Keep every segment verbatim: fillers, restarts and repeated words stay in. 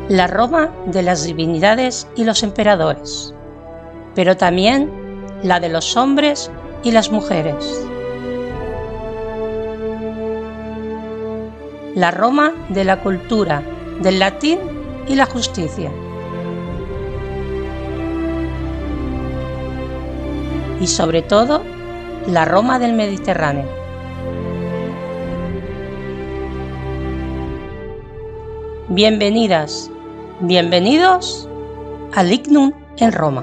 la Roma de las divinidades y los emperadores, pero también la de los hombres y las mujeres. La Roma de la cultura, del latín y la justicia. Y sobre todo, la Roma del Mediterráneo. Bienvenidas, bienvenidos a Lignum en Roma.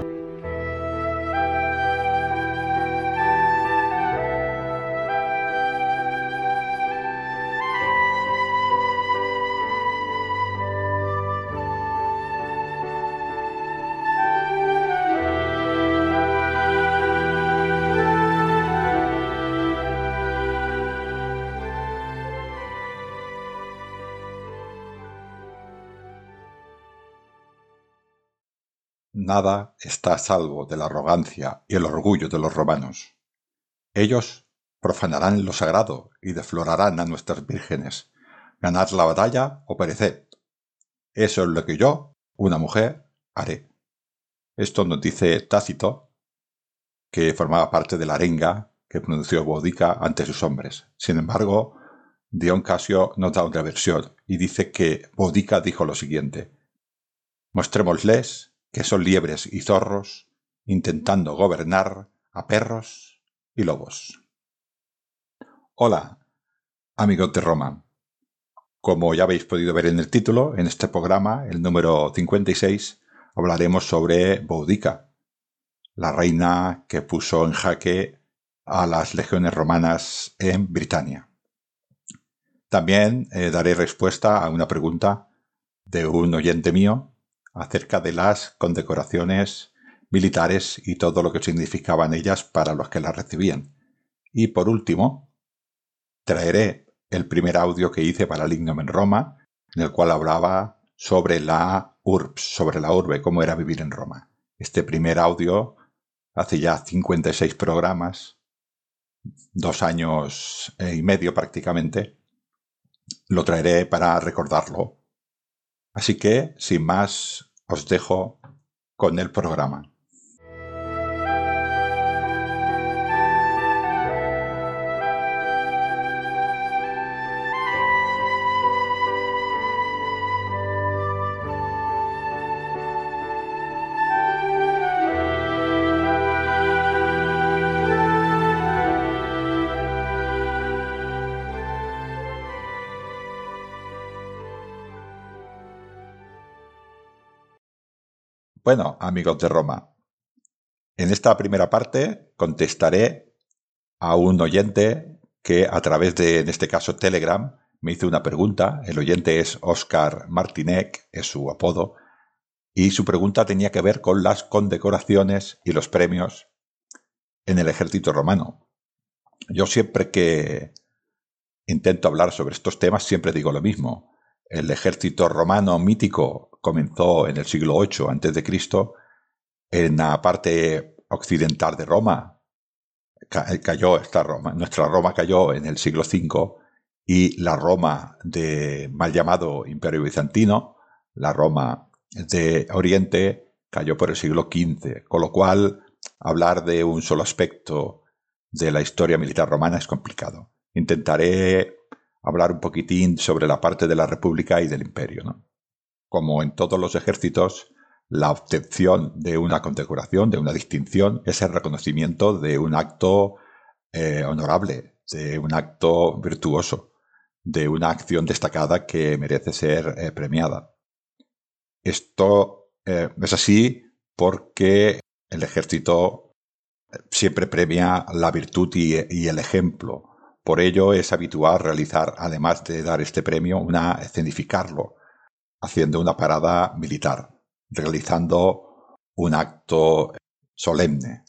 Nada está a salvo de la arrogancia y el orgullo de los romanos. Ellos profanarán lo sagrado y deflorarán a nuestras vírgenes. Ganad la batalla o pereced. Eso es lo que yo, una mujer, haré. Esto nos dice Tácito, que formaba parte de la arenga que pronunció Boudica ante sus hombres. Sin embargo, Dion Casio nos da otra versión y dice que Boudica dijo lo siguiente: mostrémosles que son liebres y zorros, intentando gobernar a perros y lobos. Hola, amigos de Roma. Como ya habéis podido ver en el título, en este programa, el número cincuenta y seis, hablaremos sobre Boudica, la reina que puso en jaque a las legiones romanas en Britania. También eh, daré respuesta a una pregunta de un oyente mío acerca de las condecoraciones militares y todo lo que significaban ellas para los que las recibían. Y por último, traeré el primer audio que hice para Lignum en Roma, en el cual hablaba sobre la urbs, sobre la urbe, cómo era vivir en Roma. Este primer audio, hace ya cincuenta y seis programas, dos años y medio prácticamente, lo traeré para recordarlo. Así que, sin más, os dejo con el programa. Bueno, amigos de Roma, en esta primera parte contestaré a un oyente que a través de, en este caso, Telegram, me hizo una pregunta. El oyente es Óscar Martinec, es su apodo, y su pregunta tenía que ver con las condecoraciones y los premios en el ejército romano. Yo siempre que intento hablar sobre estos temas siempre digo lo mismo. El ejército romano mítico comenzó en el siglo ocho antes de Cristo. En la parte occidental de Roma cayó esta Roma, nuestra Roma cayó en el siglo cinco, y la Roma de mal llamado Imperio Bizantino, la Roma de Oriente, cayó por el siglo quince, con lo cual hablar de un solo aspecto de la historia militar romana es complicado. Intentaré hablar un poquitín sobre la parte de la República y del Imperio, ¿no? Como en todos los ejércitos, la obtención de una condecoración, de una distinción, es el reconocimiento de un acto eh, honorable, de un acto virtuoso, de una acción destacada que merece ser eh, premiada. Esto eh, es así porque el ejército siempre premia la virtud y, y el ejemplo. Por ello es habitual realizar, además de dar este premio, una escenificarlo, haciendo una parada militar, realizando un acto solemne.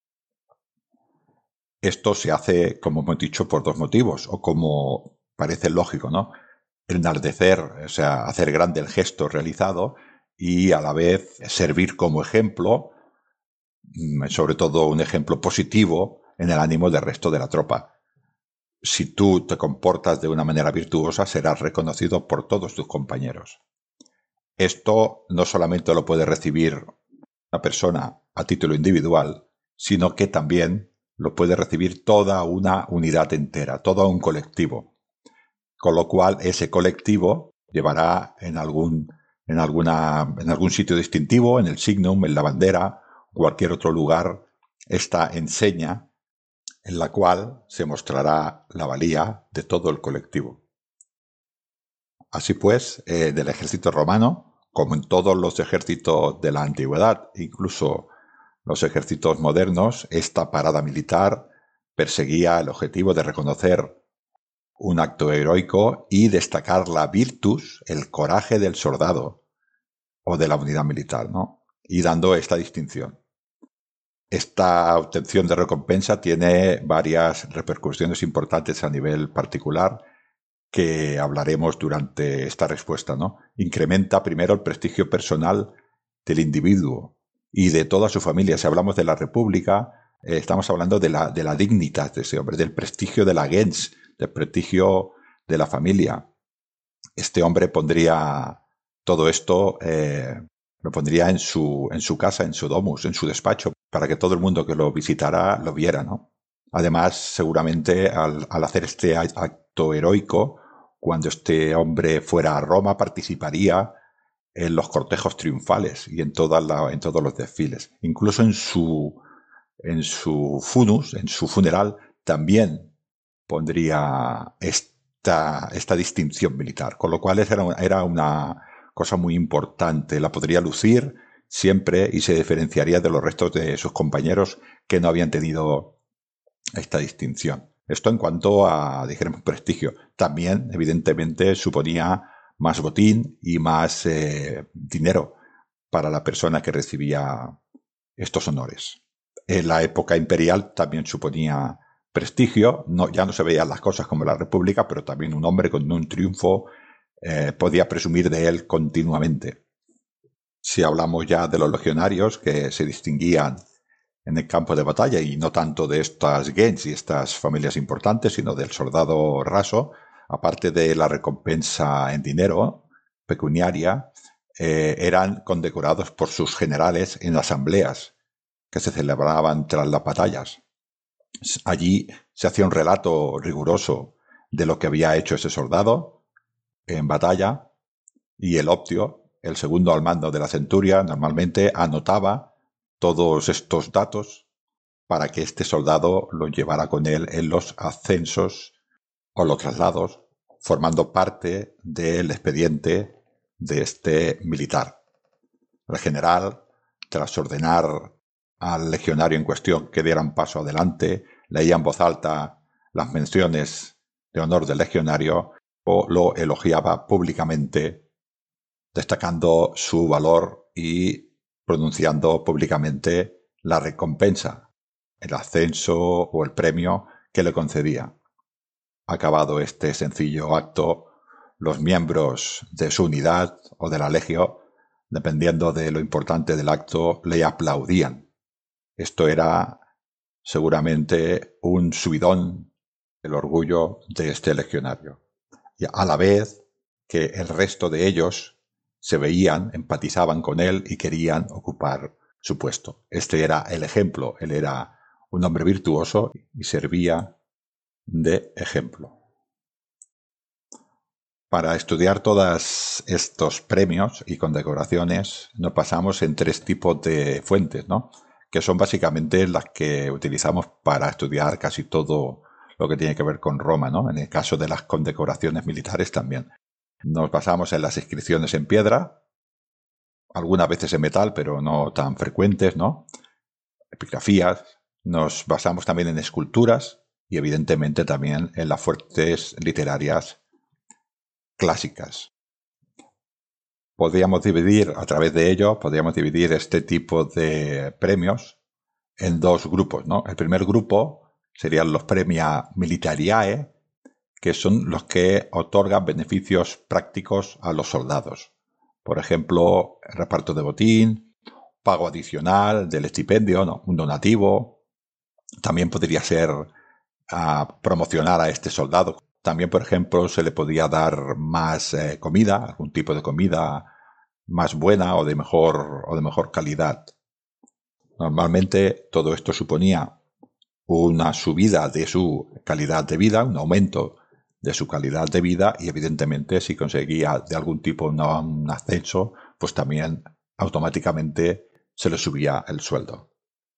Esto se hace, como hemos dicho, por dos motivos, o como parece lógico, ¿no? Enaltecer, o sea, hacer grande el gesto realizado y a la vez servir como ejemplo, sobre todo un ejemplo positivo en el ánimo del resto de la tropa. Si tú te comportas de una manera virtuosa, serás reconocido por todos tus compañeros. Esto no solamente lo puede recibir una persona a título individual, sino que también lo puede recibir toda una unidad entera, todo un colectivo. Con lo cual, ese colectivo llevará en algún, en alguna, en algún sitio distintivo, en el signum, en la bandera, cualquier otro lugar, esta enseña en la cual se mostrará la valía de todo el colectivo. Así pues, eh, del ejército romano, como en todos los ejércitos de la antigüedad, incluso los ejércitos modernos, esta parada militar perseguía el objetivo de reconocer un acto heroico y destacar la virtus, el coraje del soldado o de la unidad militar, ¿no? Y dando esta distinción. Esta obtención de recompensa tiene varias repercusiones importantes a nivel particular que hablaremos durante esta respuesta, ¿no? Incrementa primero el prestigio personal del individuo y de toda su familia. Si hablamos de la República, eh, estamos hablando de la, de la dignitas de ese hombre, del prestigio de la gens, del prestigio de la familia. Este hombre pondría todo esto, eh, lo pondría en su, en su casa, en su domus, en su despacho, para que todo el mundo que lo visitara lo viera, ¿no? Además, seguramente al, al hacer este acto heroico, cuando este hombre fuera a Roma, participaría en los cortejos triunfales y en, toda la, en todos los desfiles. Incluso en su, en su funus, en su funeral, también pondría esta, esta distinción militar, con lo cual era, era una cosa muy importante. La podría lucir siempre y se diferenciaría de los restos de sus compañeros que no habían tenido esta distinción. Esto en cuanto a, dijéramos, prestigio. También, evidentemente, suponía más botín y más eh, dinero para la persona que recibía estos honores. En la época imperial también suponía prestigio, no, ya no se veían las cosas como la República, pero también un hombre con un triunfo eh, podía presumir de él continuamente. Si hablamos ya de los legionarios que se distinguían en el campo de batalla y no tanto de estas gens y estas familias importantes, sino del soldado raso, aparte de la recompensa en dinero pecuniaria, eh, eran condecorados por sus generales en asambleas que se celebraban tras las batallas. Allí se hacía un relato riguroso de lo que había hecho ese soldado en batalla y el optio, el segundo al mando de la centuria, normalmente anotaba todos estos datos para que este soldado los llevara con él en los ascensos o los traslados, formando parte del expediente de este militar. El general, tras ordenar al legionario en cuestión que dieran paso adelante, leía en voz alta las menciones de honor del legionario o lo elogiaba públicamente, destacando su valor y pronunciando públicamente la recompensa, el ascenso o el premio que le concedía. Acabado este sencillo acto, los miembros de su unidad o de la legio, dependiendo de lo importante del acto, le aplaudían. Esto era seguramente un subidón del orgullo de este legionario. Y a la vez que el resto de ellos se veían, empatizaban con él y querían ocupar su puesto. Este era el ejemplo. Él era un hombre virtuoso y servía de ejemplo. Para estudiar todos estos premios y condecoraciones nos pasamos en tres tipos de fuentes, ¿no? Que son básicamente las que utilizamos para estudiar casi todo lo que tiene que ver con Roma, ¿no? En el caso de las condecoraciones militares también. Nos basamos en las inscripciones en piedra, algunas veces en metal, pero no tan frecuentes, ¿no? Epigrafías. Nos basamos también en esculturas y evidentemente también en las fuentes literarias clásicas. Podríamos dividir, a través de ello, podríamos dividir este tipo de premios en dos grupos, ¿no? El primer grupo serían los Premia Militariae, que son los que otorgan beneficios prácticos a los soldados. Por ejemplo, reparto de botín, pago adicional del estipendio, ¿no? Un donativo. También podría ser a promocionar a este soldado. También, por ejemplo, se le podía dar más eh, comida, algún tipo de comida más buena o de mejor, o de mejor calidad. Normalmente todo esto suponía una subida de su calidad de vida, un aumento de su calidad de vida, y evidentemente si conseguía de algún tipo una, un ascenso, pues también automáticamente se le subía el sueldo.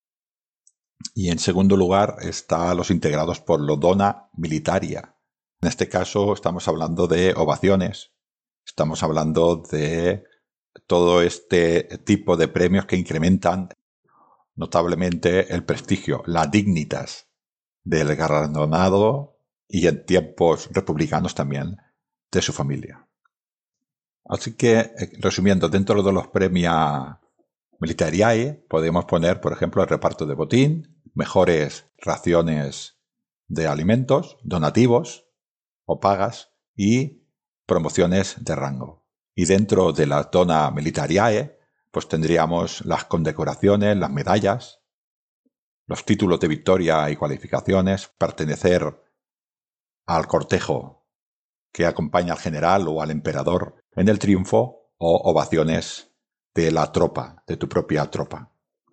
Y en segundo lugar está los integrados por la dona militaria. En este caso estamos hablando de ovaciones, estamos hablando de todo este tipo de premios que incrementan notablemente el prestigio, la dignitas del galardonado y en tiempos republicanos también de su familia. Así que, resumiendo, dentro de los premia militariae podemos poner, por ejemplo, el reparto de botín, mejores raciones de alimentos, donativos o pagas y promociones de rango. Y dentro de la dona militariae, pues tendríamos las condecoraciones, las medallas, los títulos de victoria y cualificaciones, pertenecer al cortejo que acompaña al general o al emperador en el triunfo, o ovaciones de la tropa, de tu propia tropa.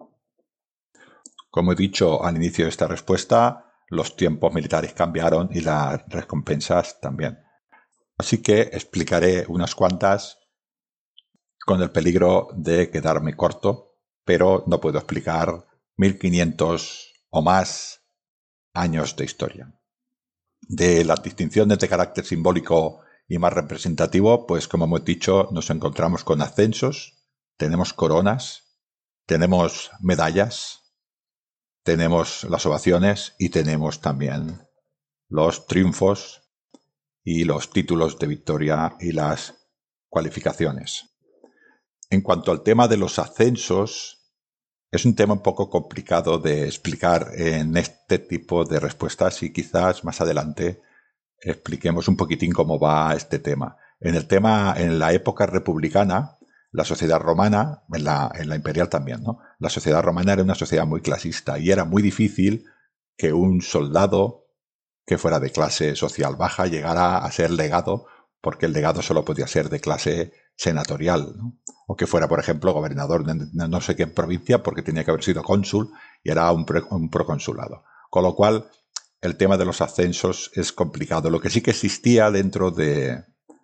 Como he dicho al inicio de esta respuesta, los tiempos militares cambiaron y las recompensas también. Así que explicaré unas cuantas con el peligro de quedarme corto, pero no puedo explicar mil quinientos o más años de historia. De las distinciones de carácter simbólico y más representativo, pues como hemos dicho, nos encontramos con ascensos, tenemos coronas, tenemos medallas, tenemos las ovaciones y tenemos también los triunfos y los títulos de victoria y las cualificaciones. En cuanto al tema de los ascensos, es un tema un poco complicado de explicar en este tipo de respuestas y quizás más adelante expliquemos un poquitín cómo va este tema. En el tema, en la época republicana, la sociedad romana, en la, en la imperial también, ¿no? La sociedad romana era una sociedad muy clasista y era muy difícil que un soldado que fuera de clase social baja llegara a ser legado, porque el legado solo podía ser de clase senatorial, ¿no? O que fuera, por ejemplo, gobernador de no sé qué provincia, porque tenía que haber sido cónsul y era un, pre, un proconsulado. Con lo cual, el tema de los ascensos es complicado. Lo que sí que existía dentro de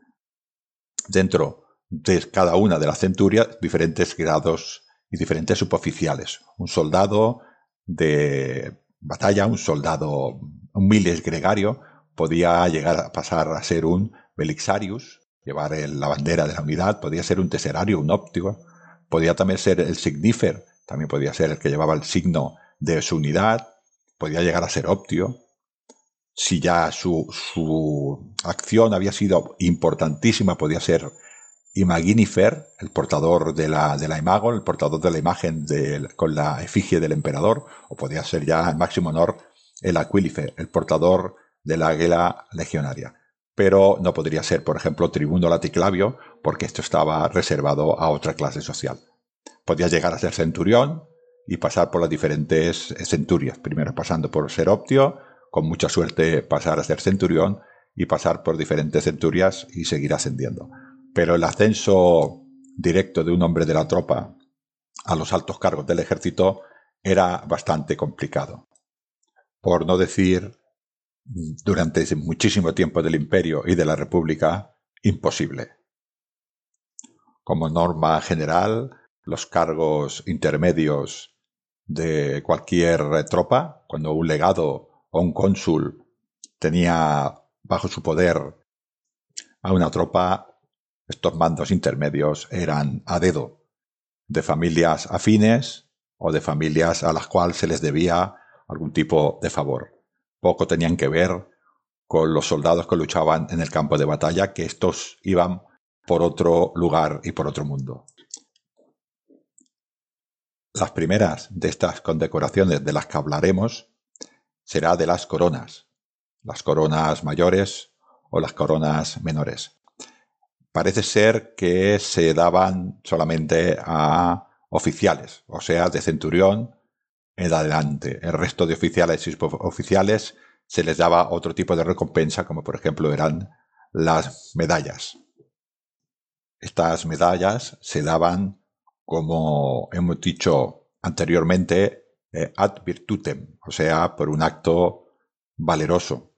dentro de cada una de las centurias, diferentes grados y diferentes suboficiales. Un soldado de batalla, un soldado, un miles gregario, podía llegar a pasar a ser un belixarius, llevar el, la bandera de la unidad, podía ser un teserario, un óptico, podía también ser el signifer, también podía ser el que llevaba el signo de su unidad, podía llegar a ser optio. Si ya su, su acción había sido importantísima, podía ser imaginifer, el portador de la, de la imago, el portador de la imagen de, con la efigie del emperador, o podía ser ya en máximo honor el aquilifer, el portador de la águila legionaria. Pero no podría ser, por ejemplo, tribuno laticlavio, porque esto estaba reservado a otra clase social. Podía llegar a ser centurión y pasar por las diferentes centurias, primero pasando por ser optio, con mucha suerte pasar a ser centurión y pasar por diferentes centurias y seguir ascendiendo. Pero el ascenso directo de un hombre de la tropa a los altos cargos del ejército era bastante complicado. Por no decir, durante muchísimo tiempo del imperio y de la república, imposible. Como norma general, los cargos intermedios de cualquier tropa, cuando un legado o un cónsul tenía bajo su poder a una tropa, estos mandos intermedios eran a dedo, de familias afines o de familias a las cuales se les debía algún tipo de favor. Poco tenían que ver con los soldados que luchaban en el campo de batalla, que estos iban por otro lugar y por otro mundo. Las primeras de estas condecoraciones de las que hablaremos será de las coronas, las coronas mayores o las coronas menores. Parece ser que se daban solamente a oficiales, o sea, de centurión en adelante. El resto de oficiales y suboficiales se les daba otro tipo de recompensa, como por ejemplo eran las medallas. Estas medallas se daban, como hemos dicho anteriormente, eh, ad virtutem, o sea, por un acto valeroso.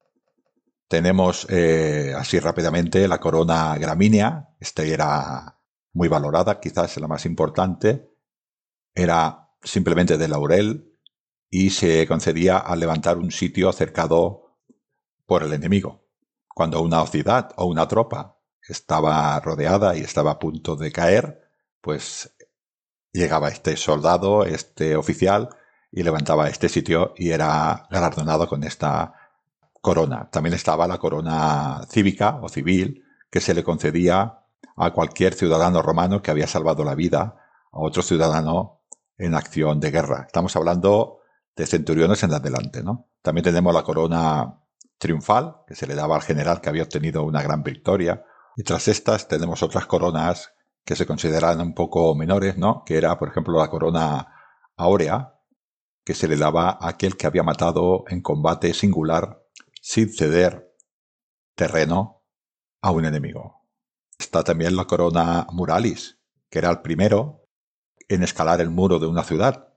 Tenemos eh, así rápidamente la corona gramínea. Esta era muy valorada, quizás la más importante. Era simplemente de laurel y se concedía al levantar un sitio cercado por el enemigo. Cuando una ciudad o una tropa estaba rodeada y estaba a punto de caer, pues llegaba este soldado, este oficial, y levantaba este sitio y era galardonado con esta corona. También estaba la corona cívica o civil, que se le concedía a cualquier ciudadano romano que había salvado la vida a otro ciudadano en acción de guerra. Estamos hablando de centuriones en adelante, ¿no? También tenemos la corona triunfal, que se le daba al general que había obtenido una gran victoria. Y tras estas tenemos otras coronas que se consideran un poco menores, ¿no? Que era, por ejemplo, la corona áurea, que se le daba a aquel que había matado en combate singular sin ceder terreno a un enemigo. Está también la corona muralis, que era el primero en escalar el muro de una ciudad.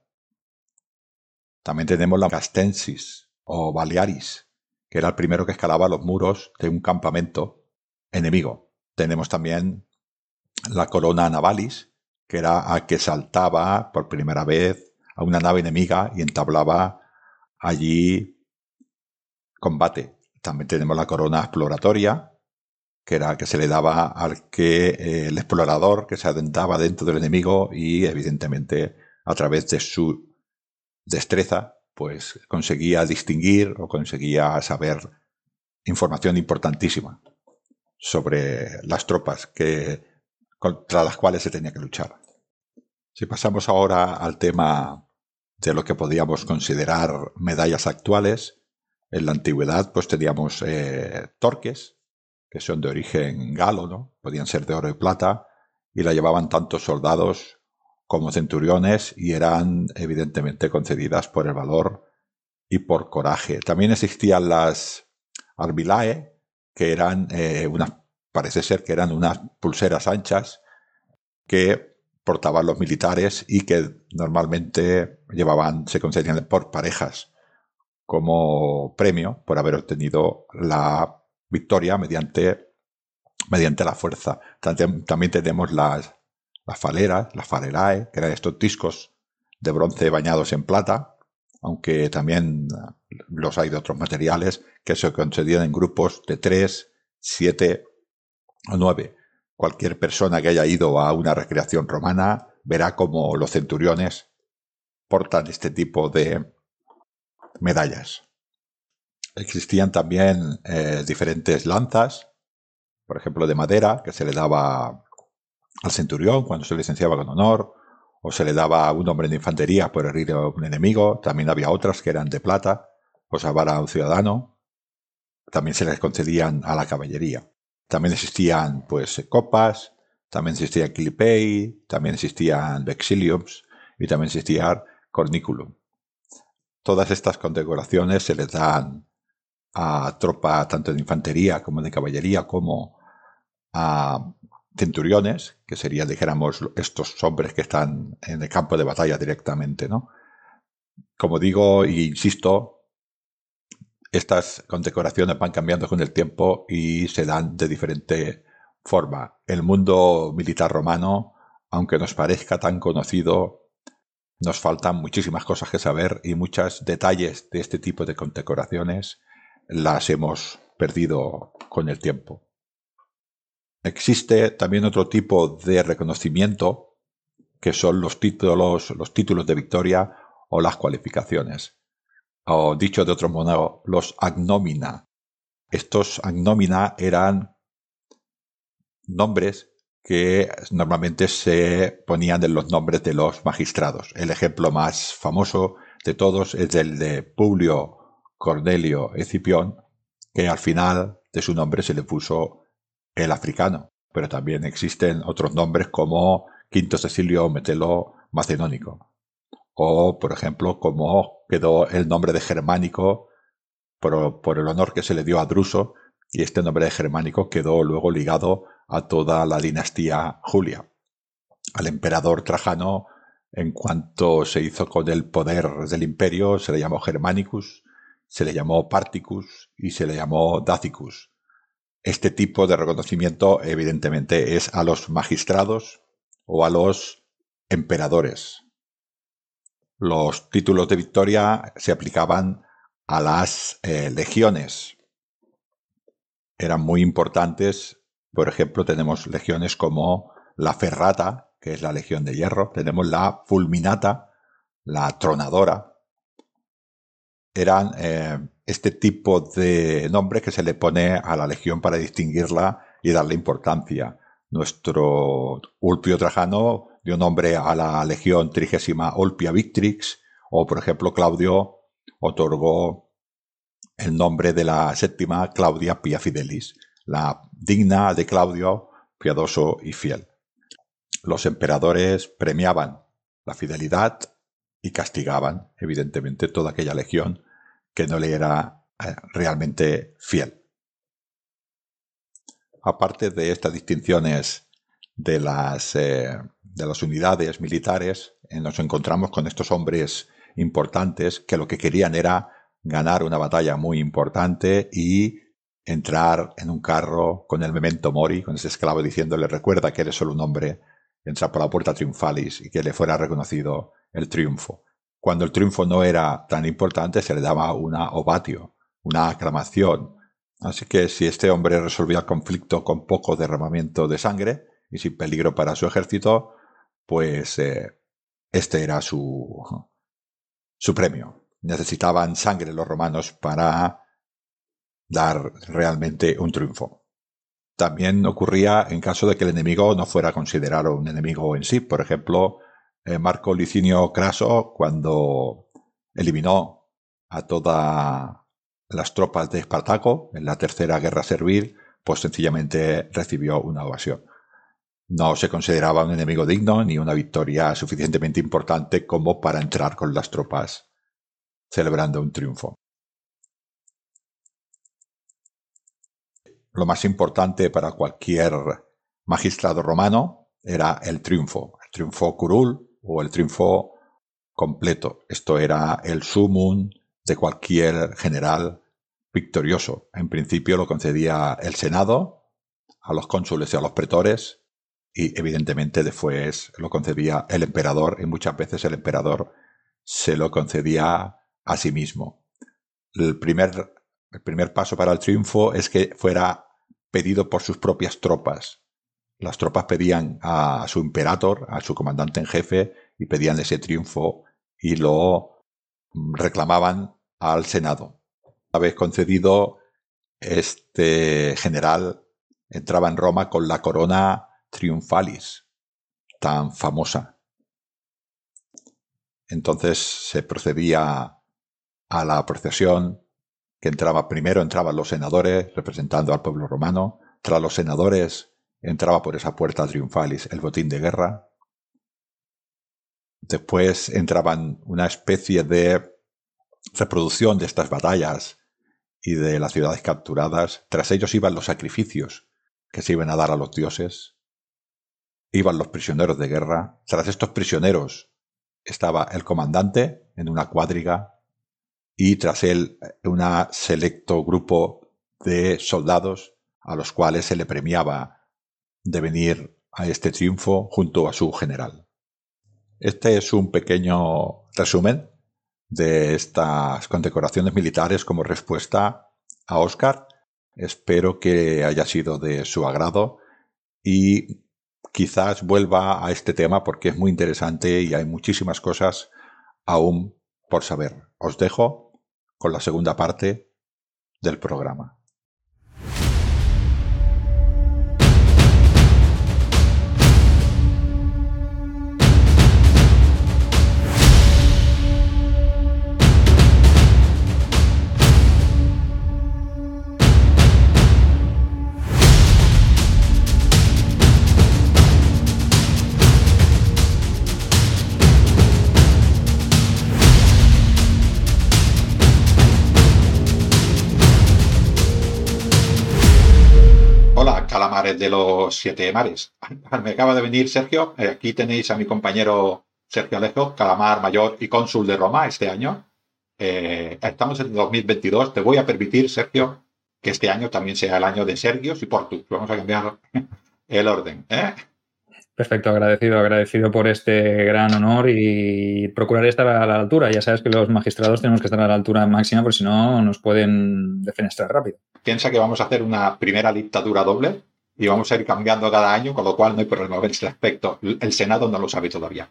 También tenemos la castensis o balearis, que era el primero que escalaba los muros de un campamento enemigo. Tenemos también la corona navalis, que era a que saltaba por primera vez a una nave enemiga y entablaba allí combate. También tenemos la corona exploratoria, que era que se le daba al que eh, el explorador que se adentraba dentro del enemigo y evidentemente a través de su destreza pues conseguía distinguir o conseguía saber información importantísima sobre las tropas que, contra las cuales se tenía que luchar. Si pasamos ahora al tema de lo que podíamos considerar medallas actuales, en la antigüedad pues teníamos eh, torques, que son de origen galo, ¿no? Podían ser de oro y plata, y la llevaban tanto soldados como centuriones y eran evidentemente concedidas por el valor y por coraje. También existían las arbilae, que eran eh, unas, parece ser que eran unas pulseras anchas que portaban los militares y que normalmente llevaban, se concedían por parejas como premio por haber obtenido la victoria mediante, mediante la fuerza. También, también tenemos las, las faleras, las falerae, que eran estos discos de bronce bañados en plata, aunque también los hay de otros materiales que se concedían en grupos de tres, siete o nueve. Cualquier persona que haya ido a una recreación romana verá cómo los centuriones portan este tipo de medallas. Existían también eh, diferentes lanzas, por ejemplo de madera, que se le daba al centurión cuando se licenciaba con honor, o se le daba a un hombre de infantería por herir a un enemigo. También había otras que eran de plata, o salvar a un ciudadano. También se les concedían a la caballería. También existían pues copas, también existían clipei, también existían vexiliums y también existía corniculum. Todas estas condecoraciones se les dan a tropa tanto de infantería como de caballería como a centuriones, que serían, dijéramos, estos hombres que están en el campo de batalla directamente, ¿no? Como digo e insisto, estas condecoraciones van cambiando con el tiempo y se dan de diferente forma. El mundo militar romano, aunque nos parezca tan conocido, nos faltan muchísimas cosas que saber y muchos detalles de este tipo de condecoraciones las hemos perdido con el tiempo. Existe también otro tipo de reconocimiento que son los títulos, los títulos de victoria o las cualificaciones. O dicho de otro modo, los agnomina. Estos agnomina eran nombres que normalmente se ponían en los nombres de los magistrados. El ejemplo más famoso de todos es el de Publio Cornelio Escipión, que al final de su nombre se le puso el africano, pero también existen otros nombres como Quinto Cecilio Metelo Macedónico, o por ejemplo como quedó el nombre de germánico por, por el honor que se le dio a Druso, y este nombre de germánico quedó luego ligado a toda la dinastía Julia. Al emperador Trajano, en cuanto se hizo con el poder del imperio, se le llamó Germanicus, se le llamó Particus y se le llamó Dacicus. Este tipo de reconocimiento, evidentemente, es a los magistrados o a los emperadores. Los títulos de victoria se aplicaban a las eh, legiones. Eran muy importantes. Por ejemplo, tenemos legiones como la Ferrata, que es la Legión de Hierro. Tenemos la Fulminata, la Tronadora. Eran eh, este tipo de nombre que se le pone a la legión para distinguirla y darle importancia. Nuestro Ulpio Trajano dio nombre a la legión trigésima Ulpia Victrix, o por ejemplo Claudio otorgó el nombre de la séptima Claudia Pia Fidelis, la digna de Claudio, piadoso y fiel. Los emperadores premiaban la fidelidad y castigaban, evidentemente, toda aquella legión que no le era eh, realmente fiel. Aparte de estas distinciones de las, eh, de las unidades militares, eh, nos encontramos con estos hombres importantes que lo que querían era ganar una batalla muy importante y entrar en un carro con el memento mori, con ese esclavo diciéndole: recuerda que eres solo un hombre, entrar por la puerta triunfalis, y que le fuera reconocido el triunfo. Cuando el triunfo no era tan importante, se le daba una ovatio, una aclamación. Así que si este hombre resolvía el conflicto con poco derramamiento de sangre y sin peligro para su ejército, pues eh, este era su, su premio. Necesitaban sangre los romanos para dar realmente un triunfo. También ocurría en caso de que el enemigo no fuera considerado un enemigo en sí. Por ejemplo, eh, Marco Licinio Craso, cuando eliminó a todas las tropas de Espartaco en la tercera guerra servil, pues sencillamente recibió una ovación. No se consideraba un enemigo digno ni una victoria suficientemente importante como para entrar con las tropas celebrando un triunfo. Lo más importante para cualquier magistrado romano era el triunfo, el triunfo curul o el triunfo completo. Esto era el sumum de cualquier general victorioso. En principio lo concedía el Senado a los cónsules y a los pretores, y evidentemente después lo concedía el emperador, y muchas veces el emperador se lo concedía a sí mismo. El primer, el primer paso para el triunfo es que fuera pedido por sus propias tropas. Las tropas pedían a su imperator, a su comandante en jefe, y pedían ese triunfo y lo reclamaban al Senado. Una vez concedido, este general entraba en Roma con la corona triunfalis, tan famosa. Entonces se procedía a la procesión, que entraba primero, entraban los senadores representando al pueblo romano. Tras los senadores entraba por esa puerta triunfalis el botín de guerra. Después entraban una especie de reproducción de estas batallas y de las ciudades capturadas. Tras ellos iban los sacrificios que se iban a dar a los dioses. Iban los prisioneros de guerra. Tras estos prisioneros estaba el comandante en una cuadriga, y tras él un selecto grupo de soldados a los cuales se le premiaba de venir a este triunfo junto a su general. Este es un pequeño resumen de estas condecoraciones militares como respuesta a Óscar. Espero que haya sido de su agrado y quizás vuelva a este tema porque es muy interesante y hay muchísimas cosas aún por saber. Os dejo con la segunda parte del programa. calamares de los siete mares. Me acaba de venir Sergio. Eh, aquí tenéis a mi compañero Sergio Alejo, calamar mayor y cónsul de Roma este año. Eh, estamos en dos mil veintidós. Te voy a permitir, Sergio, que este año también sea el año de Sergios y Portus. Vamos a cambiar el orden, ¿eh? Perfecto, agradecido, agradecido por este gran honor y procuraré estar a la altura. Ya sabes que los magistrados tenemos que estar a la altura máxima, porque si no nos pueden defenestrar rápido. Piensa que vamos a hacer una primera dictadura doble y vamos a ir cambiando cada año, con lo cual no hay problema en este aspecto. El Senado no lo sabe todavía.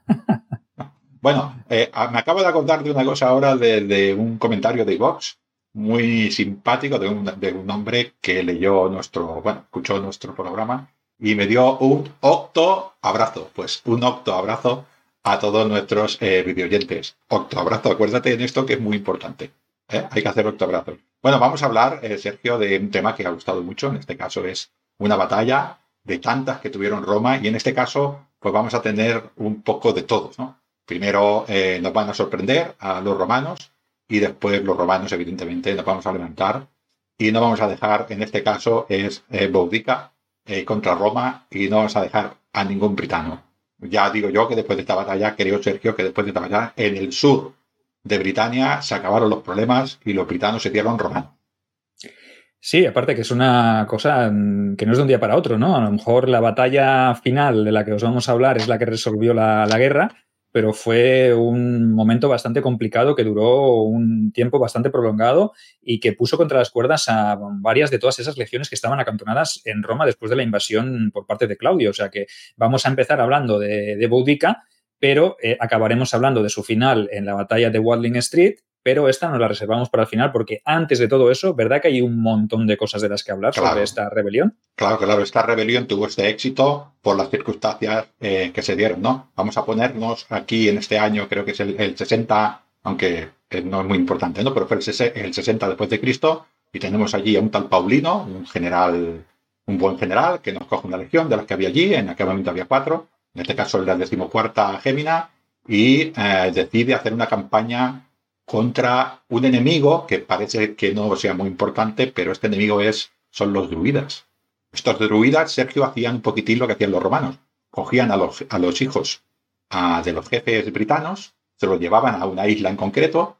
Bueno, eh, me acabo de acordar de una cosa ahora de, de un comentario de iVox muy simpático de un, de un hombre que leyó nuestro, bueno, escuchó nuestro programa y me dio un octo abrazo. Pues un octo abrazo a todos nuestros eh, videoyentes. Octo abrazo, acuérdate en esto que es muy importante. ¿eh? Hay que hacer octo abrazos. Bueno, vamos a hablar, eh, Sergio, de un tema que ha gustado mucho. En este caso es una batalla de tantas que tuvieron Roma y en este caso pues vamos a tener un poco de todos, ¿no? Primero eh, nos van a sorprender a los romanos y después los romanos evidentemente nos vamos a levantar y no vamos a dejar, en este caso es eh, Boudica eh, contra Roma y no vamos a dejar a ningún britano. Ya digo yo que después de esta batalla, creo Sergio, que después de esta batalla en el sur de Britania se acabaron los problemas y los britanos se hicieron romanos. Sí, aparte que es una cosa que no es de un día para otro, ¿no? A lo mejor la batalla final de la que os vamos a hablar es la que resolvió la, la guerra, pero fue un momento bastante complicado que duró un tiempo bastante prolongado y que puso contra las cuerdas a varias de todas esas legiones que estaban acantonadas en Roma después de la invasión por parte de Claudio. O sea que vamos a empezar hablando de, de Boudica, pero eh, acabaremos hablando de su final en la batalla de Watling Street, pero esta nos la reservamos para el final porque antes de todo eso, ¿verdad que hay un montón de cosas de las que hablar Claro. sobre esta rebelión? Claro, claro, esta rebelión tuvo este éxito por las circunstancias eh, que se dieron, ¿no? Vamos a ponernos aquí en este año, creo que es el, el sesenta, aunque eh, no es muy importante, ¿no? Pero fue el, el sesenta después de Cristo y tenemos allí a un tal Paulino, un general, un buen general, que nos coge una legión de las que había allí, en aquel momento había cuatro, en este caso la decimocuarta Gémina, y eh, decide hacer una campaña contra un enemigo que parece que no sea muy importante, pero este enemigo es, son los druidas. Estos druidas, Sergio, hacían un poquitín lo que hacían los romanos. Cogían a los, a los hijos a, de los jefes britanos, se los llevaban a una isla en concreto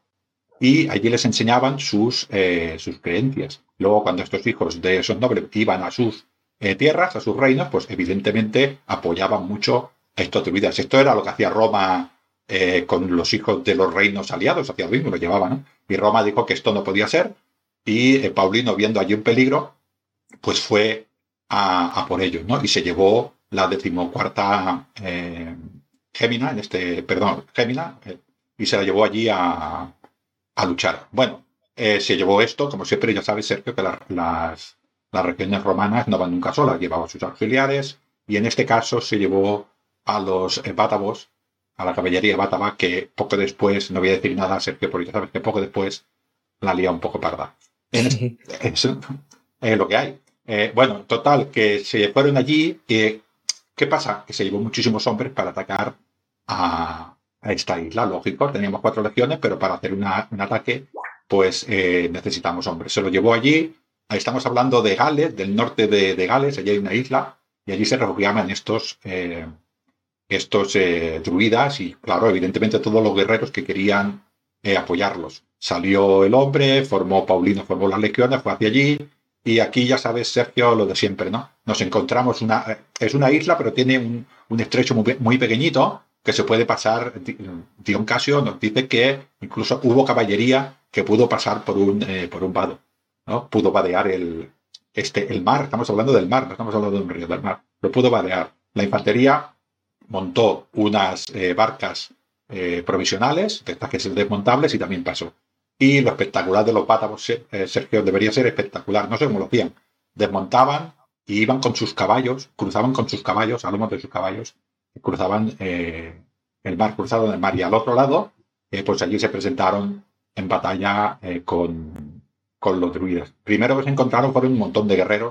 y allí les enseñaban sus, eh, sus creencias. Luego, cuando estos hijos de esos nobles iban a sus eh, tierras, a sus reinos, pues evidentemente apoyaban mucho a estos druidas. Esto era lo que hacía Roma eh, con los hijos de los reinos aliados, hacía lo mismo, los llevaban, ¿no? Y Roma dijo que esto no podía ser y eh, Paulino, viendo allí un peligro, pues fue A, a por ellos, ¿no? Y se llevó la decimocuarta eh, Gémina, en este, perdón, Gémina, eh, y se la llevó allí a, a luchar. Bueno, eh, se llevó esto, como siempre, ya sabes, Sergio, que la, las, las regiones romanas no van nunca solas, llevaban sus auxiliares, y en este caso se llevó a los eh, bátavos, a la caballería bátava, que poco después, no voy a decir nada, Sergio, porque ya sabes que poco después la lía un poco parda. En este, es eh, lo que hay. Eh, bueno, total, que se fueron allí. Eh, ¿Qué pasa? Que se llevó muchísimos hombres para atacar a, a esta isla. Lógico, teníamos cuatro legiones, pero para hacer una, un ataque, pues eh, necesitamos hombres. Se lo llevó allí. Ahí estamos hablando de Gales, del norte de, de Gales. Allí hay una isla y allí se refugiaban estos, eh, estos eh, druidas y, claro, evidentemente todos los guerreros que querían eh, apoyarlos. Salió el hombre, formó Paulino, formó las legiones, fue hacia allí. Y aquí ya sabes, Sergio, lo de siempre, ¿no? Nos encontramos una... Es una isla, pero tiene un, un estrecho muy, muy pequeñito que se puede pasar. Dion Casio nos dice que incluso hubo caballería que pudo pasar por un, eh, por un vado, ¿no? Pudo vadear el, este, el mar. Estamos hablando del mar, no estamos hablando de un río, del mar. Lo pudo vadear. La infantería montó unas eh, barcas eh, provisionales, de estas que son desmontables, y también pasó. Y lo espectacular de los bátavos, eh, Sergio, debería ser espectacular. No sé cómo lo hacían. Desmontaban y iban con sus caballos, cruzaban con sus caballos, a lomos de sus caballos, cruzaban eh, el mar, cruzaron el mar. Y al otro lado, eh, pues allí se presentaron en batalla eh, con, con los druidas. Primero que se encontraron fueron un montón de guerreros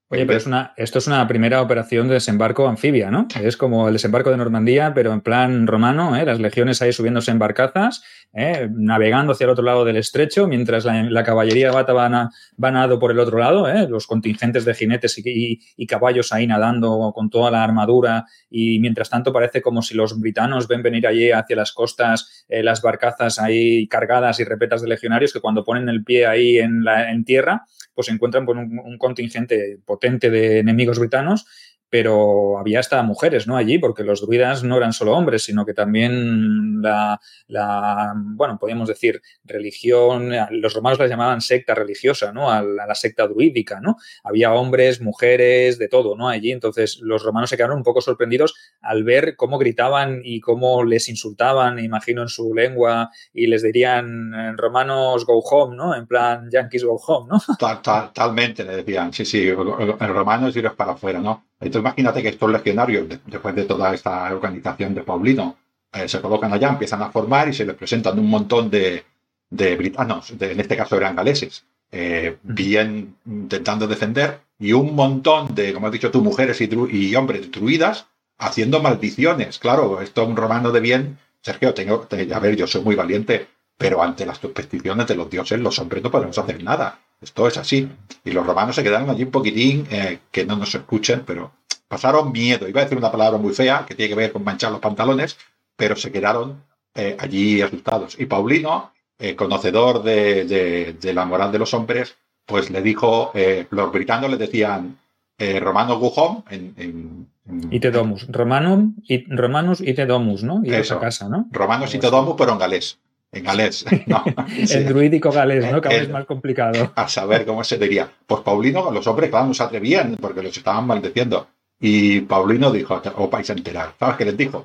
Oye, pero es una, esto es una primera operación de desembarco anfibia, ¿no? Es como el desembarco de Normandía, pero en plan romano, ¿eh? Las legiones ahí subiéndose en barcazas, ¿eh? Navegando hacia el otro lado del estrecho, mientras la, la caballería bata va, na, va nadando por el otro lado, ¿eh? Los contingentes de jinetes y, y, y caballos ahí nadando con toda la armadura, y mientras tanto parece como si los britanos ven venir allí hacia las costas eh, las barcazas ahí cargadas y repletas de legionarios, que cuando ponen el pie ahí en, la, en tierra, pues se encuentran con un, un contingente potente de enemigos britanos, pero había hasta mujeres, ¿no? Allí, porque los druidas no eran solo hombres, sino que también la, la bueno, podríamos decir, religión, los romanos la llamaban secta religiosa, ¿no? A la, a la secta druídica, ¿no? Había hombres, mujeres, de todo, ¿no? Allí, entonces los romanos se quedaron un poco sorprendidos al ver cómo gritaban y cómo les insultaban, imagino, en su lengua, y les dirían romanos go home, ¿no? En plan yankees go home, ¿no? Tal, tal, talmente le decían, sí, sí, en romanos iros para afuera, ¿no? Entonces imagínate que estos legionarios, después de toda esta organización de Paulino, eh, se colocan allá, empiezan a formar y se les presentan un montón de, de britanos, de, en este caso eran galeses, eh, bien intentando defender, y un montón de, como has dicho tú, mujeres y, dru y hombres druidas haciendo maldiciones. Claro, esto un romano de bien, Sergio, tengo, te, a ver, yo soy muy valiente, pero ante las supersticiones de los dioses, los hombres no podemos hacer nada. Esto es así. Y los romanos se quedaron allí un poquitín, eh, que no nos escuchen, pero pasaron miedo. Iba a decir una palabra muy fea, que tiene que ver con manchar los pantalones, pero se quedaron eh, allí asustados. Y Paulino, eh, conocedor de, de, de la moral de los hombres, pues le dijo, eh, los britanos le decían, eh, romanos go home, en, en, en, ite domus, romanum, it, romanus ite domus, ¿no? Y eso, a casa, ¿no? romanos ite domus, pero en galés. En galés, no. Sí. El druídico galés, ¿no? Que aún es más complicado. A saber cómo se diría. Pues Paulino, los hombres, claro, no se atrevían porque los estaban maldeciendo. Y Paulino dijo, os vais a enterar. ¿Sabes qué les dijo?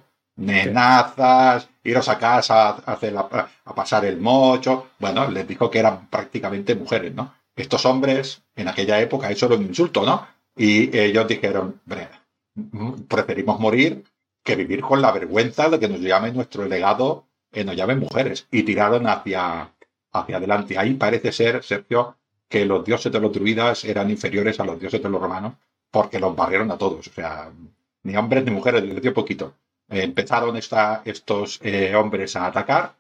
Nenazas, iros a casa a, hacer la, a pasar el mocho. Bueno, les dijo que eran prácticamente mujeres, ¿no? Estos hombres, en aquella época, eso era un insulto, ¿no? Y ellos dijeron, preferimos morir que vivir con la vergüenza de que nos llame nuestro legado, eh, nos llamen mujeres. Y tiraron hacia, hacia adelante. Ahí parece ser, Sergio, que los dioses de los druidas eran inferiores a los dioses de los romanos porque los barrieron a todos. O sea, ni hombres ni mujeres, les dio poquito. Eh, empezaron esta, estos eh, hombres a atacar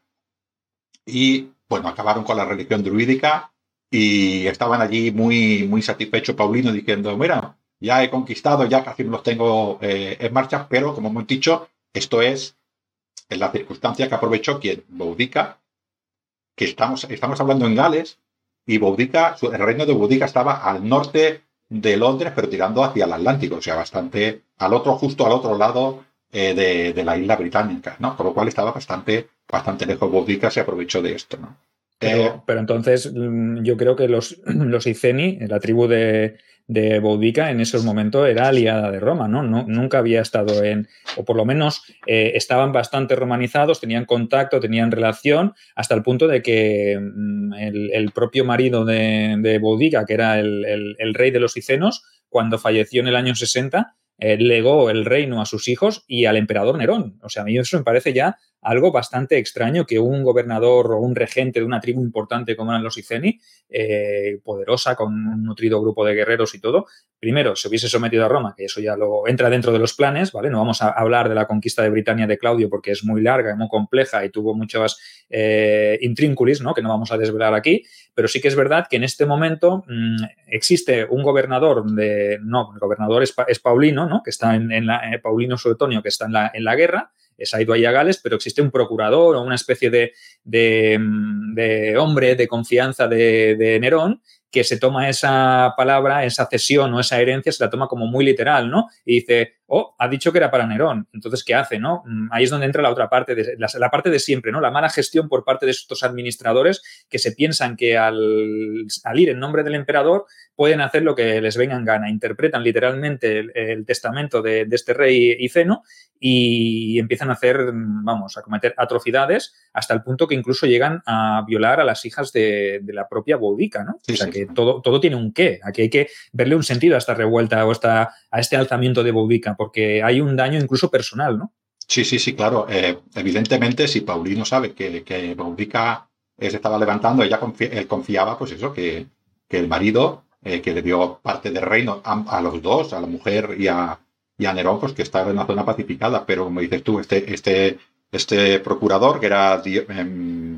y, bueno, acabaron con la religión druídica y estaban allí muy, muy satisfechos Paulino diciendo, mira, ya he conquistado, ya casi los tengo eh, en marcha, pero, como hemos dicho, esto es en la circunstancia que aprovechó quien, Boudica, que estamos, estamos hablando en Gales, y Boudica, el reino de Boudica estaba al norte de Londres, pero tirando hacia el Atlántico, o sea, bastante al otro, justo al otro lado eh, de, de la isla británica, ¿no? Con lo cual estaba bastante, bastante lejos. Boudica se aprovechó de esto, ¿no? Pero, eh, pero entonces yo creo que los, los Iceni, la tribu de, de Boudica, en esos momentos era aliada de Roma, ¿no? no nunca había estado en, o por lo menos eh, estaban bastante romanizados, tenían contacto, tenían relación, hasta el punto de que el, el propio marido de, de Boudica, que era el, el, el rey de los Icenos, cuando falleció en el año sesenta, eh, legó el reino a sus hijos y al emperador Nerón. O sea, a mí eso me parece ya algo bastante extraño, que un gobernador o un regente de una tribu importante como eran los Iceni, eh, poderosa, con un nutrido grupo de guerreros y todo, primero se hubiese sometido a Roma, que eso ya lo entra dentro de los planes, ¿vale? No vamos a hablar de la conquista de Britania de Claudio porque es muy larga y muy compleja y tuvo muchas eh, intrínculis, ¿no? Que no vamos a desvelar aquí, pero sí que es verdad que en este momento mmm, existe un gobernador de, no, el gobernador es, es Paulino, ¿no? Que está en, en la, eh, Paulino Suetonio, que está en la, en la guerra, se ha ido ahí a Gales, pero existe un procurador o una especie de, de, de hombre de confianza de, de Nerón que se toma esa palabra, esa cesión o esa herencia, se la toma como muy literal, ¿no? Y dice, oh, ha dicho que era para Nerón. Entonces, ¿qué hace, no? Ahí es donde entra la otra parte, de, la, la parte de siempre, ¿no? La mala gestión por parte de estos administradores que se piensan que al, al ir en nombre del emperador pueden hacer lo que les venga en gana. Interpretan literalmente el, el testamento de, de este rey Iceno y empiezan a hacer, vamos, a cometer atrocidades hasta el punto que incluso llegan a violar a las hijas de, de la propia Boudica, ¿no? Sí, o sea, sí, que sí. todo, todo tiene un qué. Aquí hay que verle un sentido a esta revuelta o esta, a este alzamiento de Boudica, porque hay un daño incluso personal, ¿no? Sí, sí, sí, claro. Eh, evidentemente, si Paulino sabe que, que Boudica se estaba levantando, ella confía, él confiaba, pues eso, que, que el marido eh, que le dio parte del reino a, a los dos, a la mujer y a, y a Nerón, pues que estaba en una zona pacificada. Pero como dices tú, este, este, este procurador, que era eh,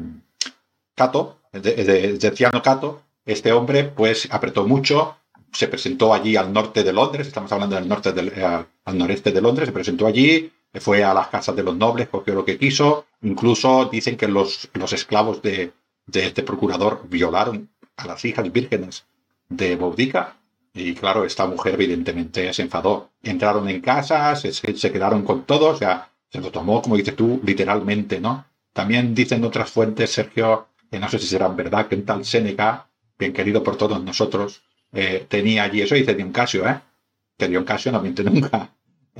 Cato, de, de, de Ciano Cato, este hombre pues apretó mucho, se presentó allí al norte de Londres, estamos hablando del norte del, eh, al noreste de Londres, se presentó allí, fue a las casas de los nobles, cogió lo que quiso, incluso dicen que los, los esclavos de, de este procurador violaron a las hijas vírgenes de Boudica, y claro, esta mujer evidentemente se enfadó. Entraron en casa, se, se quedaron con todo, o sea, se lo tomó, como dices tú, literalmente, ¿no? También dicen otras fuentes, Sergio, que no sé si serán verdad, que un tal Séneca, bien querido por todos nosotros, eh, tenía allí, eso dice Dion Casio, ¿eh? Que Dion Casio no miente nunca.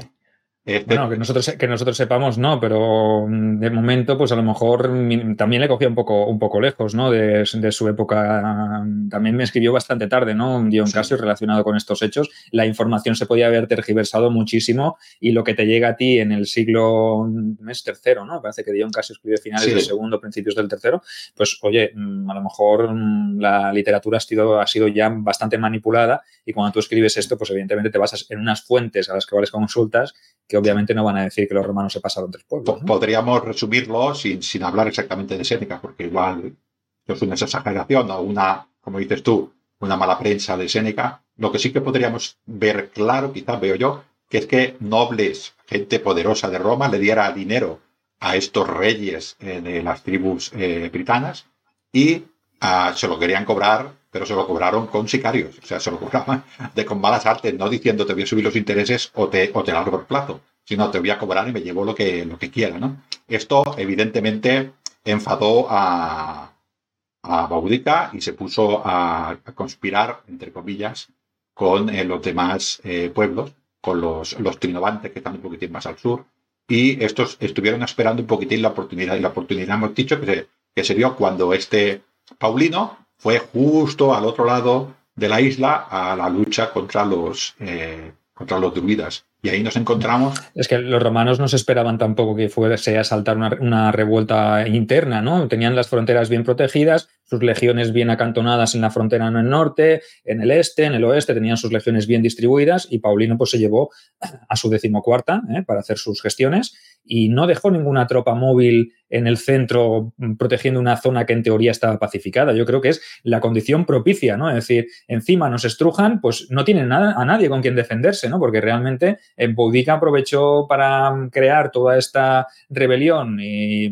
Este... Bueno, que nosotros, que nosotros sepamos, no, pero de momento, pues a lo mejor también le cogía un poco, un poco lejos, ¿no? De, de su época. También me escribió bastante tarde, ¿no? Un Dion Casio sí. relacionado con estos hechos. La información se podía haber tergiversado muchísimo y lo que te llega a ti en el siglo es tercero, ¿no? Parece que Dion Casio escribió finales sí. del segundo, principios del tercero. Pues, oye, a lo mejor la literatura ha sido, ha sido ya bastante manipulada y cuando tú escribes esto, pues evidentemente te basas en unas fuentes a las que vales consultas que obviamente no van a decir que los romanos se pasaron tres pueblos, ¿no? Podríamos resumirlo sin, sin hablar exactamente de Séneca, porque igual es una exageración o una, como dices tú, una mala prensa de Séneca. Lo que sí que podríamos ver claro, quizás veo yo, que es que nobles, gente poderosa de Roma, le diera dinero a estos reyes eh, de las tribus eh, britanas y uh, se lo querían cobrar, pero se lo cobraron con sicarios. O sea, se lo cobraban de con malas artes, no diciendo te voy a subir los intereses o te, o te largo el plazo, sino te voy a cobrar y me llevo lo que, lo que quiera, ¿no? Esto, evidentemente, enfadó a, a Boudica y se puso a, a conspirar, entre comillas, con eh, los demás eh, pueblos, con los, los trinovantes que están un poquitín más al sur, y estos estuvieron esperando un poquitín la oportunidad, y la oportunidad hemos dicho que se, que se dio cuando este Paulino fue justo al otro lado de la isla a la lucha contra los, eh, contra los druidas. Y ahí nos encontramos... Es que los romanos no se esperaban tampoco que fuese a saltar una, una revuelta interna, ¿no? Tenían las fronteras bien protegidas, sus legiones bien acantonadas en la frontera en el norte, en el este, en el oeste, tenían sus legiones bien distribuidas y Paulino pues se llevó a su decimocuarta ¿eh? para hacer sus gestiones y no dejó ninguna tropa móvil en el centro protegiendo una zona que en teoría estaba pacificada. Yo creo que es la condición propicia, ¿no? Es decir, encima nos estrujan, pues no tienen nada, a nadie con quien defenderse, ¿no? Porque realmente eh, Boudica aprovechó para crear toda esta rebelión y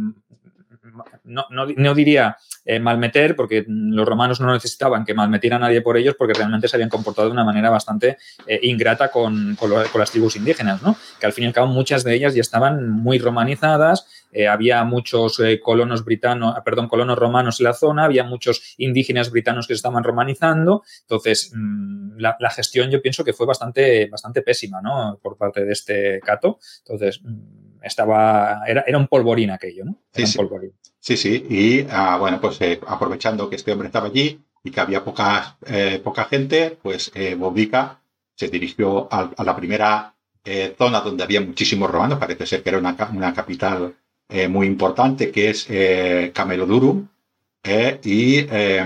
no, no, no diría eh, malmeter, porque los romanos no necesitaban que malmetiera a nadie por ellos, porque realmente se habían comportado de una manera bastante eh, ingrata con, con, lo, con las tribus indígenas, ¿no? Que al fin y al cabo muchas de ellas ya estaban muy romanizadas, eh, había muchos eh, colonos britanos, perdón, colonos romanos en la zona, había muchos indígenas britanos que se estaban romanizando, entonces mmm, la, la gestión yo pienso que fue bastante, bastante pésima, ¿no? Por parte de este Cato, entonces mmm, estaba, era, era un polvorín aquello, ¿no? Era sí, un polvorín. Sí, sí, y uh, bueno, pues eh, aprovechando que este hombre estaba allí y que había poca, eh, poca gente, pues eh, Boudica se dirigió a, a la primera eh, zona donde había muchísimos romanos, parece ser que era una, una capital eh, muy importante, que es eh, Camelodurum, eh, y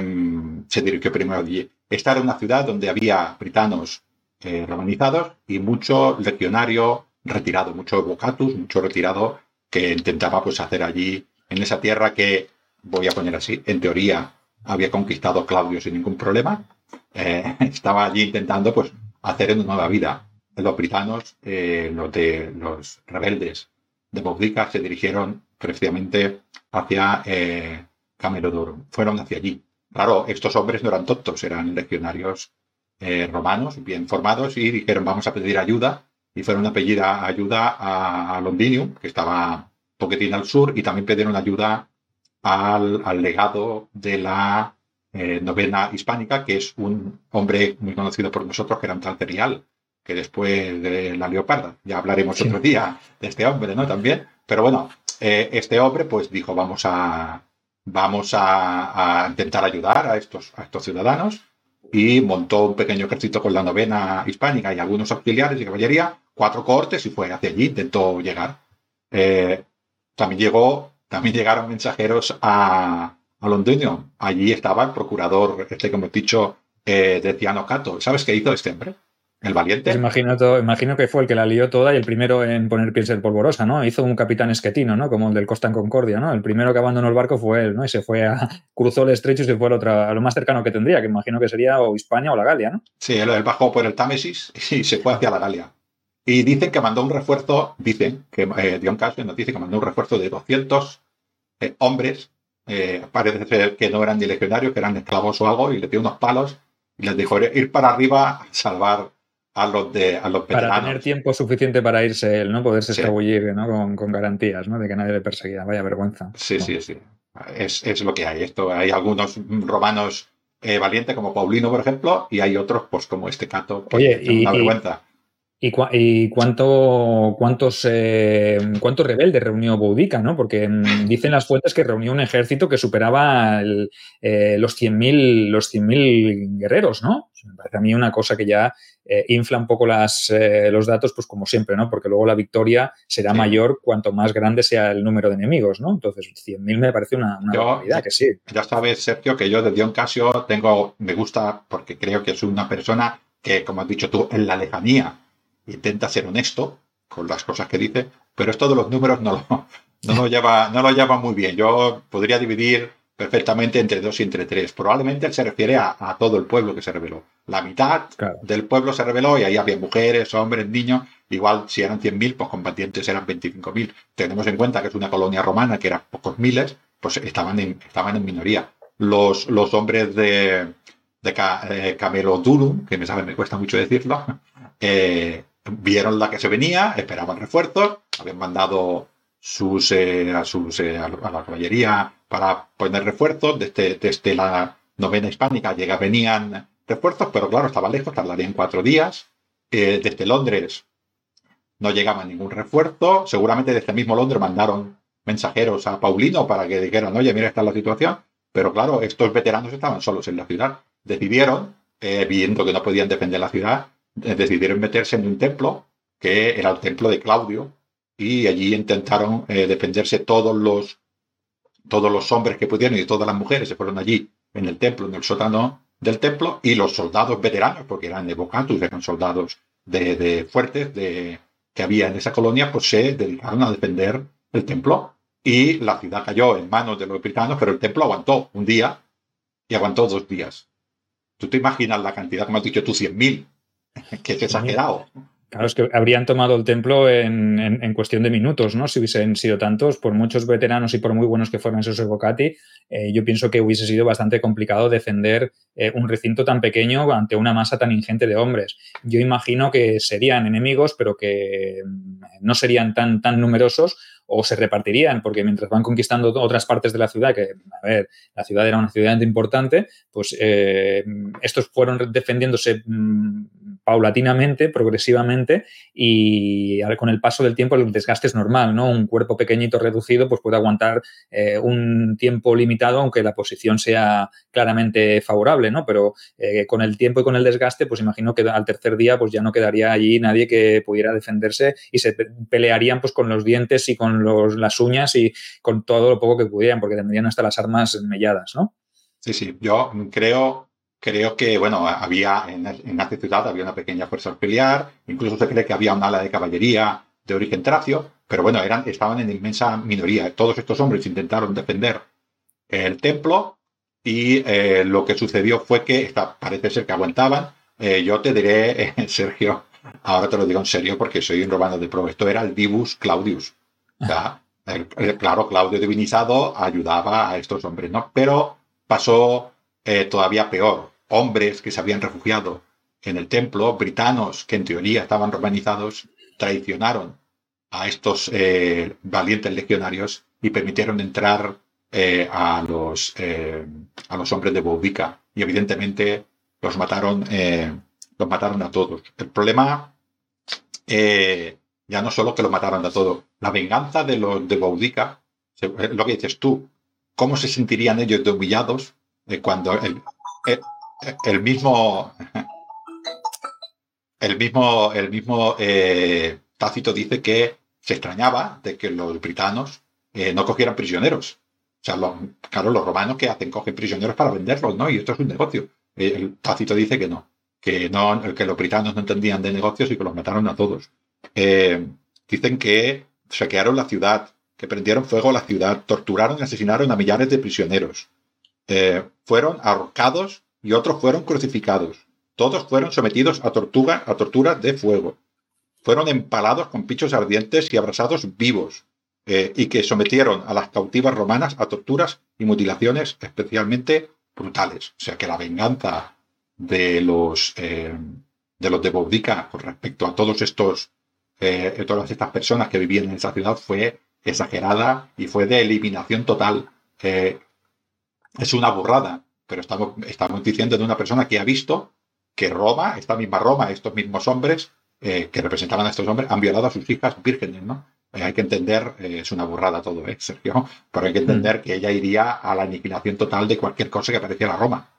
eh, se dirigió primero allí. Esta era una ciudad donde había britanos eh, romanizados y mucho legionario retirado, mucho vocatus, mucho retirado que intentaba pues hacer allí en esa tierra que, voy a poner así, en teoría había conquistado Claudio sin ningún problema, eh, estaba allí intentando pues hacer una nueva vida. Los britanos, eh, los, de, los rebeldes de Boudica se dirigieron precisamente hacia eh, Camelodurum, fueron hacia allí. Claro, estos hombres no eran tontos, eran legionarios eh, romanos, bien formados, y dijeron vamos a pedir ayuda, y fueron a pedir ayuda a, a Londinium, que estaba poquitín al sur, y también pidieron ayuda al, al legado de la eh, novena hispánica, que es un hombre muy conocido por nosotros, que era un tal Cerial, que después de la Leoparda, ya hablaremos sí. otro día de este hombre, ¿no? También, pero bueno, eh, este hombre pues dijo, vamos a vamos a, a intentar ayudar a estos, a estos ciudadanos, y montó un pequeño ejército con la novena hispánica y algunos auxiliares y caballería, cuatro cohortes, y fue hacia allí, intentó llegar. Eh, También llegó, también llegaron mensajeros a, a Londinium. Allí estaba el procurador, este que hemos dicho, eh, de Ciano Cato. ¿Sabes qué hizo este hombre? El valiente. Pues imagino, todo, imagino que fue el que la lió toda y el primero en poner piel polvorosa, ¿no? Hizo un capitán esquetino, ¿no? Como el del Costa en Concordia, ¿no? El primero que abandonó el barco fue él, ¿no? Y se fue a... cruzó el estrecho y se fue a lo, otra, a lo más cercano que tendría, que imagino que sería o Hispania o la Galia, ¿no? Sí, él, él bajó por el Támesis y se fue hacia la Galia. Y dicen que mandó un refuerzo, dicen que eh, Dion Casio nos dice que mandó un refuerzo de doscientos eh, hombres, eh, parece ser que no eran ni legionarios, que eran esclavos o algo, y le dio unos palos y les dijo ir para arriba a salvar a los, de, a los veteranos. Para tener tiempo suficiente para irse él, ¿no? Poderse sí. escabullir, ¿no? Con, con garantías, ¿no? De que nadie le perseguía. Vaya vergüenza. Sí, no. sí, sí. Es, es lo que hay. Esto, hay algunos romanos eh, valientes, como Paulino, por ejemplo, y hay otros, pues como este Cato, que Oye, es y, una vergüenza. ¿Y, cu y cuánto, cuántos, eh, cuántos rebeldes reunió Boudica, ¿no? Porque mmm, dicen las fuentes que reunió un ejército que superaba el, eh, los cien mil los cien mil guerreros, ¿no? Me parece a mí una cosa que ya eh, infla un poco las, eh, los datos, pues como siempre, ¿no? Porque luego la victoria será sí. mayor cuanto más grande sea el número de enemigos, ¿no? Entonces, cien mil me parece una, una yo, barbaridad, que sí. Ya sabes, Sergio, que yo de Dion Casio tengo, me gusta porque creo que es una persona que, como has dicho tú, en la lejanía intenta ser honesto con las cosas que dice, pero esto de los números no lo, no lo, lleva, no lo lleva muy bien. Yo podría dividir perfectamente entre dos y entre tres. Probablemente él se refiere a, a todo el pueblo que se rebeló. La mitad claro. del pueblo se rebeló y ahí había mujeres, hombres, niños. Igual si eran cien mil, pues combatientes eran veinticinco mil. Tenemos en cuenta que es una colonia romana que eran pocos miles, pues estaban en, estaban en minoría. Los, los hombres de, de eh, Camelodurum, que me sabe, me cuesta mucho decirlo, eh, vieron la que se venía, esperaban refuerzos, habían mandado sus, eh, a, sus, eh, a la caballería para poner refuerzos. Desde, desde la novena hispánica llega, venían refuerzos, pero claro, estaba lejos, tardarían cuatro días. Eh, desde Londres no llegaba ningún refuerzo. Seguramente desde mismo Londres mandaron mensajeros a Paulino para que dijeran, oye, mira, esta es la situación. Pero claro, estos veteranos estaban solos en la ciudad. Decidieron, eh, viendo que no podían defender la ciudad, decidieron meterse en un templo que era el templo de Claudio y allí intentaron eh, defenderse todos los todos los hombres que pudieron y todas las mujeres se fueron allí en el templo, en el sótano del templo, y los soldados veteranos, porque eran evocatus, eran soldados de, de fuertes de, que había en esa colonia, pues se dedicaron a defender el templo y la ciudad cayó en manos de los britanos, pero el templo aguantó un día y aguantó dos días. ¿Tú te imaginas la cantidad, como has dicho tú, cien mil? Que es exagerado. Claro, es que habrían tomado el templo en, en, en cuestión de minutos, ¿no? Si hubiesen sido tantos, por muchos veteranos y por muy buenos que fueran esos evocati, eh, yo pienso que hubiese sido bastante complicado defender eh, un recinto tan pequeño ante una masa tan ingente de hombres. Yo imagino que serían enemigos, pero que no serían tan, tan numerosos, o se repartirían, porque mientras van conquistando otras partes de la ciudad, que, a ver, la ciudad era una ciudad importante, pues eh, estos fueron defendiéndose mmm, paulatinamente, progresivamente, y con el paso del tiempo el desgaste es normal, ¿no? Un cuerpo pequeñito reducido pues puede aguantar eh, un tiempo limitado, aunque la posición sea claramente favorable, ¿no? Pero eh, con el tiempo y con el desgaste, pues imagino que al tercer día pues ya no quedaría allí nadie que pudiera defenderse y se pelearían pues con los dientes y con Los, las uñas y con todo lo poco que pudieran, porque tendrían hasta las armas melladas, ¿no? Sí, sí. Yo creo, creo que, bueno, había en, en esta ciudad había una pequeña fuerza auxiliar, incluso se cree que había un ala de caballería de origen tracio, pero bueno, eran, estaban en inmensa minoría. Todos estos hombres intentaron defender el templo y eh, lo que sucedió fue que esta, parece ser que aguantaban. Eh, yo te diré, eh, Sergio, ahora te lo digo en serio porque soy un romano de pro, esto era el Divus Claudius. O sea, el, el, claro, Claudio divinizado ayudaba a estos hombres, ¿no? Pero pasó eh, todavía peor. Hombres que se habían refugiado en el templo, britanos que en teoría estaban romanizados, traicionaron a estos eh, valientes legionarios y permitieron entrar eh, a, los, eh, a los hombres de Boudica. Y evidentemente los mataron, eh, los mataron a todos. El problema... Eh, ya no solo que lo mataron a todo, la venganza de los de Boudica, lo que dices tú, cómo se sentirían ellos de humillados eh, cuando el, el, el mismo el mismo el mismo eh, Tácito dice que se extrañaba de que los britanos eh, no cogieran prisioneros. O sea, los, claro, los romanos que hacen cogen prisioneros para venderlos, ¿no? Y esto es un negocio. El Tácito dice que no, que no, que los britanos no entendían de negocios y que los mataron a todos. Eh, dicen que saquearon la ciudad, que prendieron fuego a la ciudad, torturaron y asesinaron a millares de prisioneros. Eh, fueron ahorcados y otros fueron crucificados. Todos fueron sometidos a tortura, a torturas de fuego. Fueron empalados con pichos ardientes y abrasados vivos. Eh, y que sometieron a las cautivas romanas a torturas y mutilaciones especialmente brutales. O sea que la venganza de los eh, de los de Boudica con respecto a todos estos eh, todas estas personas que vivían en esa ciudad fue exagerada y fue de eliminación total. Eh, es una burrada, pero estamos, estamos diciendo de una persona que ha visto que Roma, esta misma Roma, estos mismos hombres eh, que representaban a estos hombres, han violado a sus hijas vírgenes, ¿no? Eh, hay que entender, eh, es una burrada todo, ¿eh, Sergio? Pero hay que entender mm. que ella iría a la aniquilación total de cualquier cosa que pareciera Roma.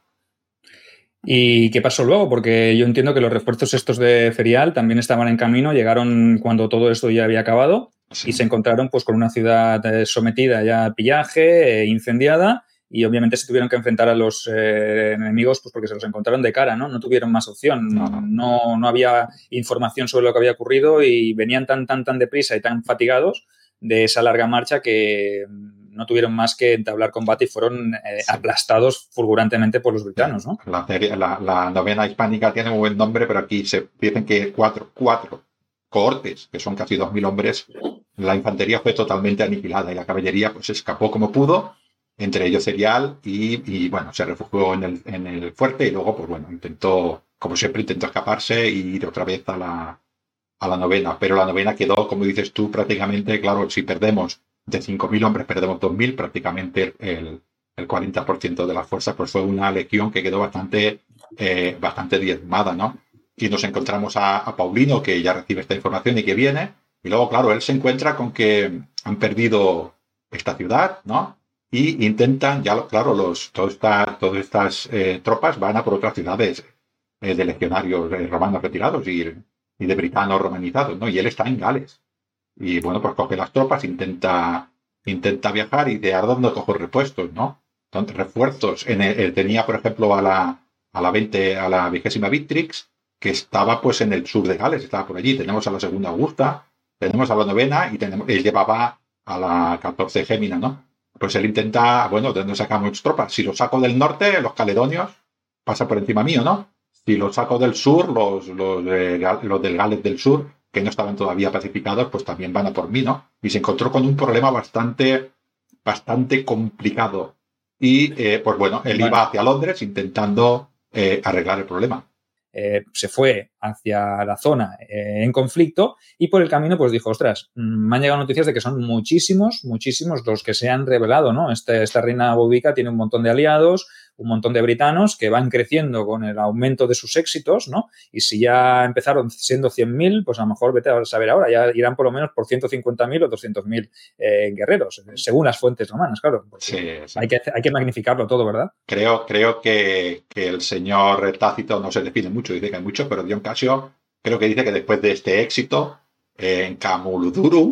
¿Y qué pasó luego? Porque yo entiendo que los refuerzos estos de Ferial también estaban en camino, llegaron cuando todo esto ya había acabado sí. y se encontraron pues con una ciudad sometida ya a pillaje, eh, incendiada, y obviamente se tuvieron que enfrentar a los eh, enemigos pues porque se los encontraron de cara, ¿no? No tuvieron más opción, no, no. No, no había información sobre lo que había ocurrido y venían tan, tan, tan deprisa y tan fatigados de esa larga marcha que no tuvieron más que entablar combate y fueron eh, sí. aplastados fulgurantemente por los britanos, ¿no? La, la, la novena hispánica tiene un buen nombre, pero aquí se dicen que cuatro, cuatro cohortes, que son casi dos mil hombres, la infantería fue totalmente aniquilada y la caballería pues escapó como pudo, entre ellos Ferial, y, y bueno, se refugió en el, en el fuerte y luego, pues bueno, intentó, como siempre, intentó escaparse e ir otra vez a la, a la novena. Pero la novena quedó, como dices tú, prácticamente, claro, si perdemos de cinco mil hombres, perdemos dos mil, prácticamente el, el cuarenta por ciento de las fuerzas, pues fue una legión que quedó bastante, eh, bastante diezmada, ¿no? Y nos encontramos a, a Paulino, que ya recibe esta información y que viene, y luego, claro, él se encuentra con que han perdido esta ciudad, ¿no? Y intentan, ya claro, los, toda esta, todas estas eh, tropas van a por otras ciudades eh, de legionarios eh, romanos retirados y, y de britanos romanizados, ¿no? Y él está en Gales. Y bueno, pues coge las tropas, intenta, intenta viajar y de a dónde cojo repuestos, ¿no? Entonces, refuerzos. En el, él tenía, por ejemplo, a la, a la veinte, a la vigésima Victrix, que estaba pues en el sur de Gales, estaba por allí. Tenemos a la segunda Augusta, tenemos a la novena y tenemos, él llevaba a la catorce Gémina, ¿no? Pues él intenta, bueno, ¿de dónde sacamos tropas? Si lo saco del norte, los caledonios, pasa por encima mío, ¿no? Si lo saco del sur, los, los, de, los del Gales del sur, que no estaban todavía pacificados, pues también van a por mí, ¿no? Y se encontró con un problema bastante, bastante complicado. Y, eh, pues bueno, él bueno. iba hacia Londres intentando eh, arreglar el problema. Eh, se fue hacia la zona eh, en conflicto y por el camino pues dijo, ostras, me han llegado noticias de que son muchísimos, muchísimos los que se han revelado, ¿no? Este, esta reina Boudica tiene un montón de aliados, un montón de britanos que van creciendo con el aumento de sus éxitos, ¿no? Y si ya empezaron siendo cien mil, pues a lo mejor vete a saber ahora, ya irán por lo menos por ciento cincuenta mil o doscientos mil eh, guerreros, según las fuentes romanas, claro. Sí, sí. Hay que, hay que magnificarlo todo, ¿verdad? Creo, creo que, que el señor Tácito no se define mucho, dice que hay muchos, pero Dion Casio creo que dice que después de este éxito eh, en Camuludurum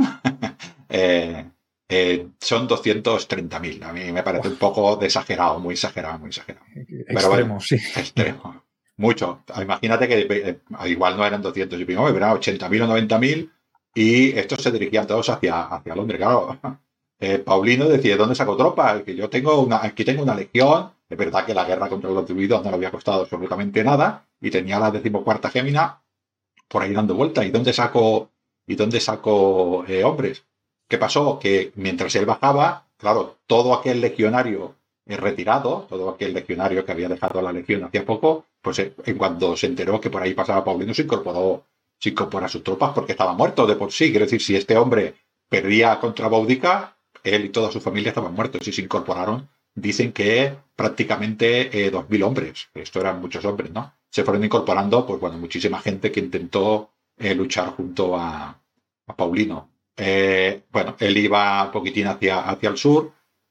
eh, Eh, son doscientos treinta mil. A mí me parece un poco de exagerado, muy exagerado, muy exagerado. Extremo, pero bueno, sí. Extremo. Mucho. Imagínate que eh, igual no eran doscientos y pico, eran ochenta mil o noventa mil y estos se dirigían todos hacia, hacia Londres. Claro, eh, Paulino decía, ¿dónde saco tropas? Que yo tengo una, aquí tengo una legión. Es verdad que la guerra contra los druidos no le había costado absolutamente nada y tenía la decimocuarta Gémina por ahí dando vueltas. ¿Y dónde saco, y dónde saco eh, hombres? ¿Qué pasó? Que mientras él bajaba, claro, todo aquel legionario retirado, todo aquel legionario que había dejado la legión hacía poco, pues en cuanto se enteró que por ahí pasaba Paulino, se incorporó, se incorporó a sus tropas porque estaba muerto de por sí. Quiero decir, si este hombre perdía contra Boudica, él y toda su familia estaban muertos y se incorporaron. Dicen que prácticamente eh, dos mil hombres, esto eran muchos hombres, ¿no? Se fueron incorporando, pues bueno, muchísima gente que intentó eh, luchar junto a, a Paulino. Eh, bueno, él iba un poquitín hacia, hacia el sur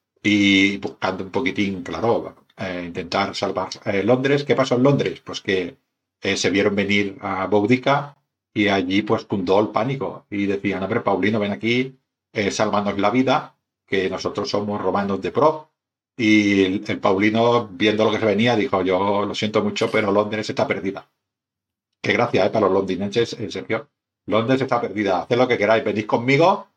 y buscando un poquitín, claro, eh, intentar salvar eh, Londres. ¿Qué pasó en Londres? Pues que eh, se vieron venir a Boudica y allí pues cundó el pánico y decían, hombre, Paulino, ven aquí, eh, sálvanos la vida, que nosotros somos romanos de pro Y el, el Paulino, viendo lo que se venía, dijo, yo lo siento mucho, pero Londres está perdida. Qué gracia, ¿eh? Para los londinenses, en serio. Londres está perdida. Haced lo que queráis, venid conmigo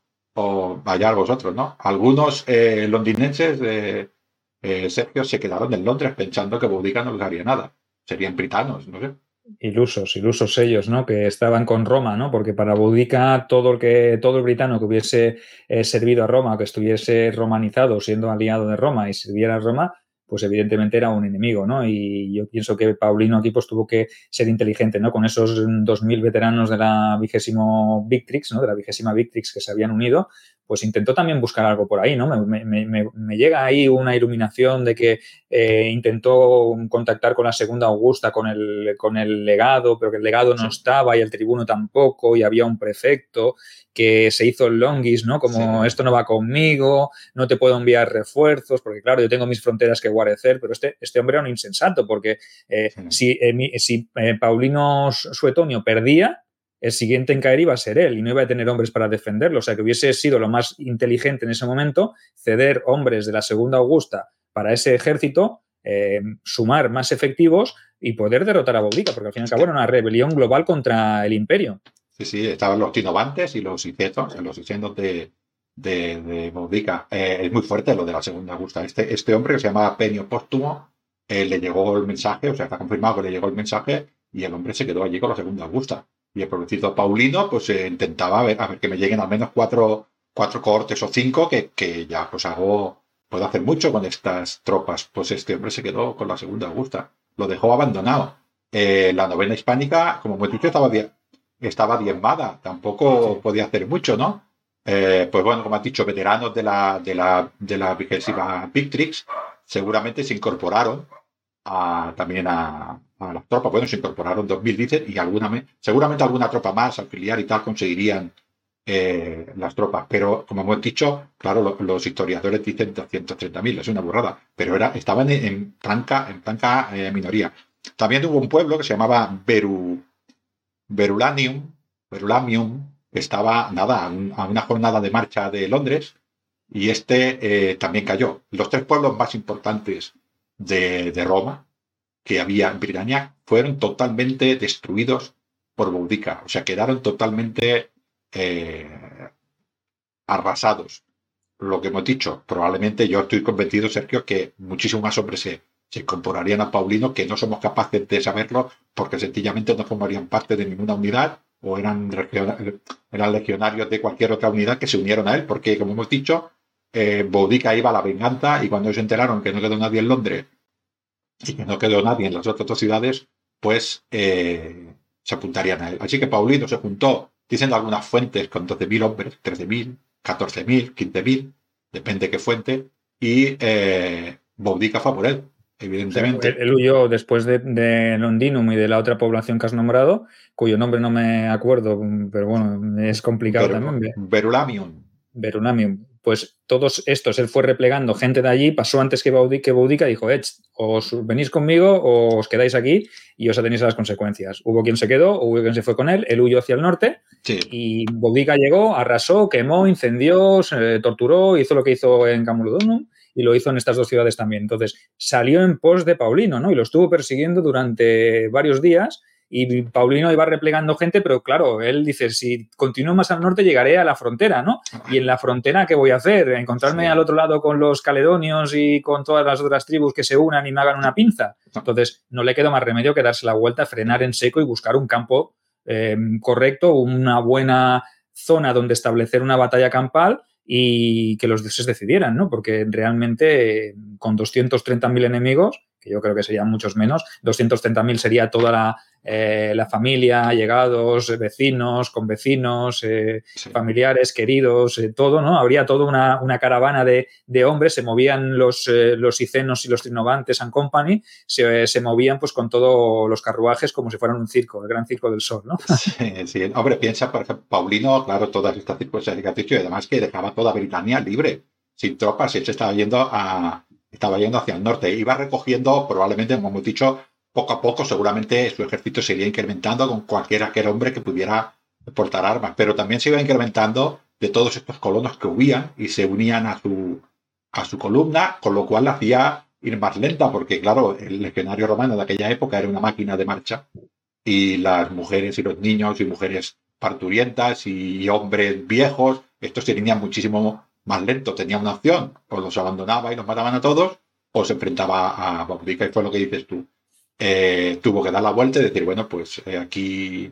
o vayáis vosotros, ¿no? Algunos eh, londinenses, eh, eh, Sergio, se quedaron en Londres pensando que Boudica no les haría nada. Serían britanos, no sé. Ilusos, ilusos ellos, ¿no? Que estaban con Roma, ¿no? Porque para Boudica todo el que todo el britano que hubiese eh, servido a Roma, que estuviese romanizado, siendo aliado de Roma y sirviera a Roma, pues evidentemente era un enemigo, ¿no? Y yo pienso que Paulino aquí pues tuvo que ser inteligente, ¿no? Con esos dos mil veteranos de la vigésimo Victrix, ¿no? De la vigésima Victrix que se habían unido, pues intentó también buscar algo por ahí, ¿no? Me, me, me, me llega ahí una iluminación de que eh, intentó contactar con la segunda Augusta, con el, con el legado, pero que el legado no sí. estaba y el tribuno tampoco, y había un prefecto que se hizo el longis, ¿no? Como sí. esto no va conmigo, no te puedo enviar refuerzos, porque claro, yo tengo mis fronteras que guarecer, pero este, este hombre era un insensato, porque eh, sí. si, eh, si eh, Paulino Suetonio perdía, el siguiente en caer iba a ser él y no iba a tener hombres para defenderlo. O sea, que hubiese sido lo más inteligente en ese momento ceder hombres de la segunda Augusta para ese ejército, eh, sumar más efectivos y poder derrotar a Boudica, porque al fin y al cabo era una rebelión global contra el imperio. Sí, sí, estaban los tinovantes y los icetos, los icendos de, de, de Boudica. Eh, es muy fuerte lo de la segunda Augusta. Este, este hombre que se llamaba Penio Póstumo, eh, le llegó el mensaje, o sea, está confirmado que le llegó el mensaje y el hombre se quedó allí con la segunda Augusta. Y el pobrecito Paulino, pues eh, intentaba ver, a ver que me lleguen al menos cuatro, cuatro cohortes o cinco, que, que ya pues hago, puedo hacer mucho con estas tropas. Pues este hombre se quedó con la segunda Augusta. Lo dejó abandonado. Eh, la novena hispánica, como hemos dicho, estaba, die estaba diezmada. Tampoco sí. podía hacer mucho, ¿no? Eh, pues bueno, como has dicho, veteranos de la, de la, de la vigésima Victrix seguramente se incorporaron a, también a, a las tropas. Bueno, se incorporaron dos mil, dicen, y alguna, seguramente alguna tropa más, auxiliar y tal, conseguirían eh, las tropas. Pero, como hemos dicho, claro, lo, los historiadores dicen doscientos treinta mil, es una burrada. Pero era, estaban en, en franca, en franca eh, minoría. También hubo un pueblo que se llamaba Beru, Verulamium, Verulamium, que estaba, nada, a, un, a una jornada de marcha de Londres, y este eh, también cayó. Los tres pueblos más importantes de, de Roma que había en Britania fueron totalmente destruidos por Boudica. O sea, quedaron totalmente eh, arrasados. Lo que hemos dicho, probablemente yo estoy convencido, Sergio, que muchísimos más hombres se, se incorporarían a Paulino, que no somos capaces de saberlo porque sencillamente no formarían parte de ninguna unidad o eran, eran legionarios de cualquier otra unidad que se unieron a él, porque, como hemos dicho, eh, Boudica iba a la venganza y cuando se enteraron que no quedó nadie en Londres y que no quedó nadie en las otras dos ciudades, pues eh, se apuntarían a él. Así que Paulino se juntó, dicen algunas fuentes, con doce mil hombres, trece mil, catorce mil, quince mil, depende de qué fuente, y eh, Boudica fue por él, evidentemente. O sea, él, él huyó después de, de Londinum y de la otra población que has nombrado, cuyo nombre no me acuerdo, pero bueno, es complicado Ver, también. Verulamium. Verulamium. Pues todos estos, él fue replegando gente de allí, pasó antes que Boudica, que Boudica dijo, eh, os venís conmigo o os quedáis aquí y os atenéis a las consecuencias. Hubo quien se quedó, hubo quien se fue con él, él huyó hacia el norte sí. y Boudica llegó, arrasó, quemó, incendió, se torturó, hizo lo que hizo en Camulodunum y lo hizo en estas dos ciudades también. Entonces salió en pos de Paulino, ¿no? Y lo estuvo persiguiendo durante varios días. Y Paulino iba replegando gente, pero claro, él dice, si continúo más al norte llegaré a la frontera, ¿no? Y en la frontera, ¿qué voy a hacer? ¿Encontrarme sí. al otro lado con los caledonios y con todas las otras tribus que se unan y me hagan una pinza? Entonces, no le quedó más remedio que darse la vuelta, frenar en seco y buscar un campo eh, correcto, una buena zona donde establecer una batalla campal y que los dioses decidieran, ¿no? Porque realmente con doscientos treinta mil enemigos, que yo creo que serían muchos menos, doscientos treinta mil sería toda la, eh, la familia, allegados, vecinos, convecinos, eh, sí. familiares, queridos, eh, todo, ¿no? Habría toda una, una caravana de, de hombres, se movían los, eh, los icenos y los trinovantes and company, se, se movían pues con todos los carruajes como si fueran un circo, el gran circo del sol, ¿no? Sí, sí. Hombre, piensa, por ejemplo, Paulino, claro, todas estas circunstancias que has dicho y además que dejaba toda Britania libre, sin tropas, y él se estaba yendo a... estaba yendo hacia el norte, iba recogiendo probablemente, como hemos dicho, poco a poco, seguramente su ejército se iría incrementando con cualquier aquel hombre que pudiera portar armas, pero también se iba incrementando de todos estos colonos que huían y se unían a su, a su columna, con lo cual la hacía ir más lenta, porque claro, el legionario romano de aquella época era una máquina de marcha y las mujeres y los niños y mujeres parturientas y hombres viejos, estos se irían muchísimo más lento. Tenía una opción, o los abandonaba y los mataban a todos, o se enfrentaba a Boudicca, y fue lo que dices tú. Eh, tuvo que dar la vuelta y decir, bueno, pues eh, aquí,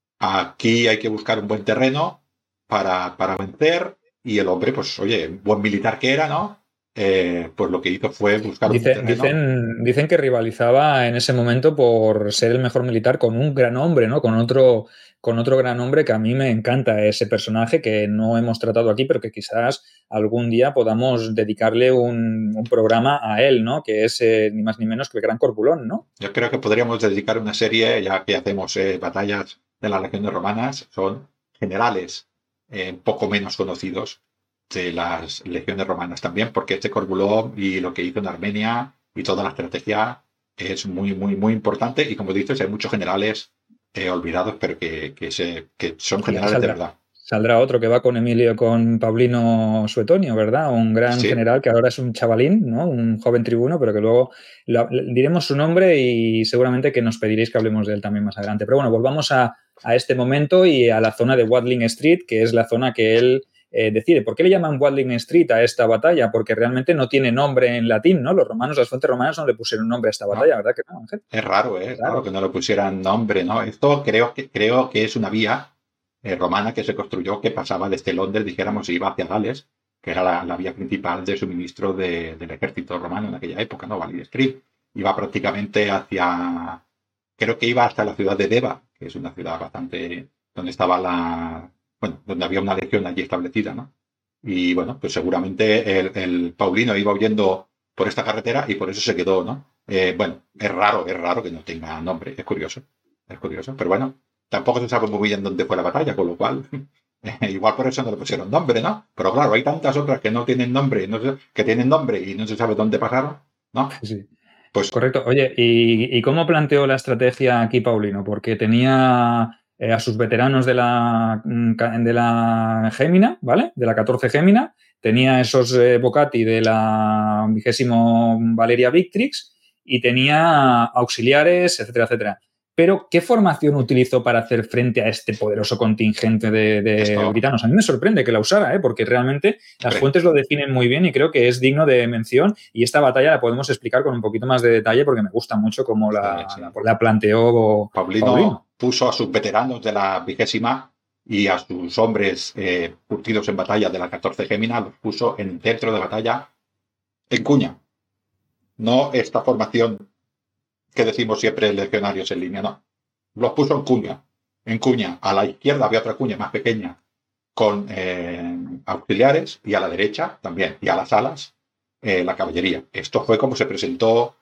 aquí hay que buscar un buen terreno para, para vencer, y el hombre, pues oye, buen militar que era, ¿no? Eh, pues lo que hizo fue buscar Dice, un terreno. Dicen, dicen que rivalizaba en ese momento por ser el mejor militar con un gran hombre, ¿no? Con otro, con otro gran hombre que a mí me encanta ese personaje que no hemos tratado aquí, pero que quizás algún día podamos dedicarle un, un programa a él, ¿no? Que es eh, ni más ni menos que el Gran Corpulón, ¿no? Yo creo que podríamos dedicar una serie, ya que hacemos eh, batallas de las legiones romanas, son generales eh, poco menos conocidos de las legiones romanas también, porque este Corpulón y lo que hizo en Armenia y toda la estrategia es muy, muy, muy importante. Y como dices, hay muchos generales eh, olvidados, pero que, que, se, que son generales de verdad. Saldrá otro que va con Emilio, con Paulino Suetonio, ¿verdad? Un gran sí. general que ahora es un chavalín, ¿no? Un joven tribuno, pero que luego lo, diremos su nombre y seguramente que nos pediréis que hablemos de él también más adelante. Pero bueno, volvamos a, a este momento y a la zona de Watling Street, que es la zona que él eh, decide. ¿Por qué le llaman Watling Street a esta batalla? Porque realmente no tiene nombre en latín, ¿no? Los romanos, las fuentes romanas no le pusieron nombre a esta batalla, no. ¿Verdad que no, Ángel? Es raro, ¿eh? Es raro que no le pusieran nombre, ¿no? Esto creo que, creo que es una vía Eh, romana que se construyó, que pasaba desde Londres, dijéramos, y iba hacia Gales, que era la, la vía principal de suministro de, del ejército romano en aquella época, ¿no? Watling Street. Iba prácticamente hacia, creo que iba hasta la ciudad de Deva, que es una ciudad bastante, donde estaba la, bueno, donde había una legión allí establecida, ¿no? Y bueno, pues seguramente el, el Paulino iba huyendo por esta carretera y por eso se quedó, ¿no? Eh, bueno, es raro, es raro que no tenga nombre, es curioso, es curioso, pero bueno. Tampoco se sabe muy bien dónde fue la batalla, con lo cual, eh, igual por eso no le pusieron nombre, ¿no? Pero claro, hay tantas otras que no tienen nombre, no sé, que tienen nombre y no se sabe dónde pasaron, ¿no? Sí. Pues correcto. Oye, ¿y, y cómo planteó la estrategia aquí Paulino? Porque tenía eh, a sus veteranos de la, de la Gémina, ¿vale? De la catorce Gémina, tenía esos eh, Vocati de la vigésimo Valeria Victrix y tenía auxiliares, etcétera, etcétera. Pero, ¿qué formación utilizó para hacer frente a este poderoso contingente de, de britanos? A mí me sorprende que la usara, ¿eh? Porque realmente las fuentes lo definen muy bien y creo que es digno de mención. Y esta batalla la podemos explicar con un poquito más de detalle porque me gusta mucho cómo la, sí, sí. la, la planteó Paulino, Paulino. Puso a sus veteranos de la vigésima y a sus hombres eh, curtidos en batalla de la catorce Gémina, los puso en centro de batalla en cuña. No esta formación que decimos siempre legionarios en línea, no. Los puso en cuña. En cuña. A la izquierda había otra cuña más pequeña con eh, auxiliares y a la derecha también. Y a las alas eh, la caballería. Esto fue como se presentó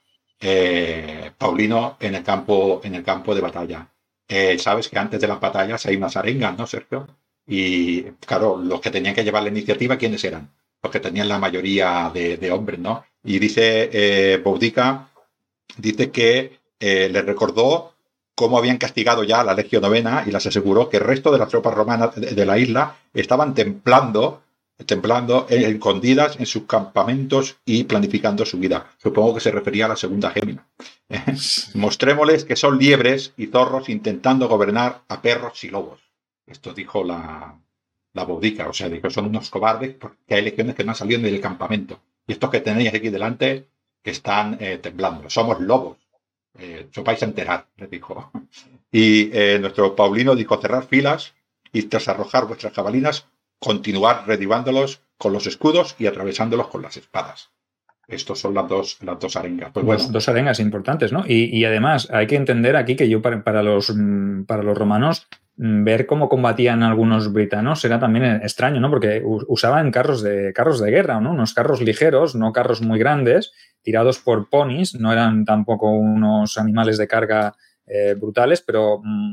eh, Paulino en el campo, en el campo de batalla. Eh, Sabes que antes de las batallas hay unas arengas, ¿no, Sergio? Y claro, los que tenían que llevar la iniciativa, ¿quiénes eran? Los que tenían la mayoría de, de hombres, ¿no? Y dice eh, Boudicca, dice que eh, les recordó cómo habían castigado ya a la Legión Novena y les aseguró que el resto de las tropas romanas de, de la isla estaban templando, templando eh, escondidas en sus campamentos y planificando su vida. Supongo que se refería a la segunda Gémina. Mostrémosles que son liebres y zorros intentando gobernar a perros y lobos. Esto dijo la, la Boudicca. O sea, dijo, son unos cobardes porque hay legiones que no han salido ni del campamento. Y estos que tenéis aquí delante están eh, temblando. Somos lobos. Eh, os vais a enterar, les dijo. Y eh, nuestro Paulino dijo cerrar filas y tras arrojar vuestras jabalinas, continuar derribándolos con los escudos y atravesándolos con las espadas. Estos son las dos, las dos arengas. Pues bueno. Dos, dos arengas importantes, ¿no? Y, y además hay que entender aquí que yo para, para, los, para los romanos ver cómo combatían algunos britanos era también extraño, ¿no? Porque usaban carros de, carros de guerra, ¿no? Unos carros ligeros, no carros muy grandes, tirados por ponis, no eran tampoco unos animales de carga eh, brutales, pero mmm,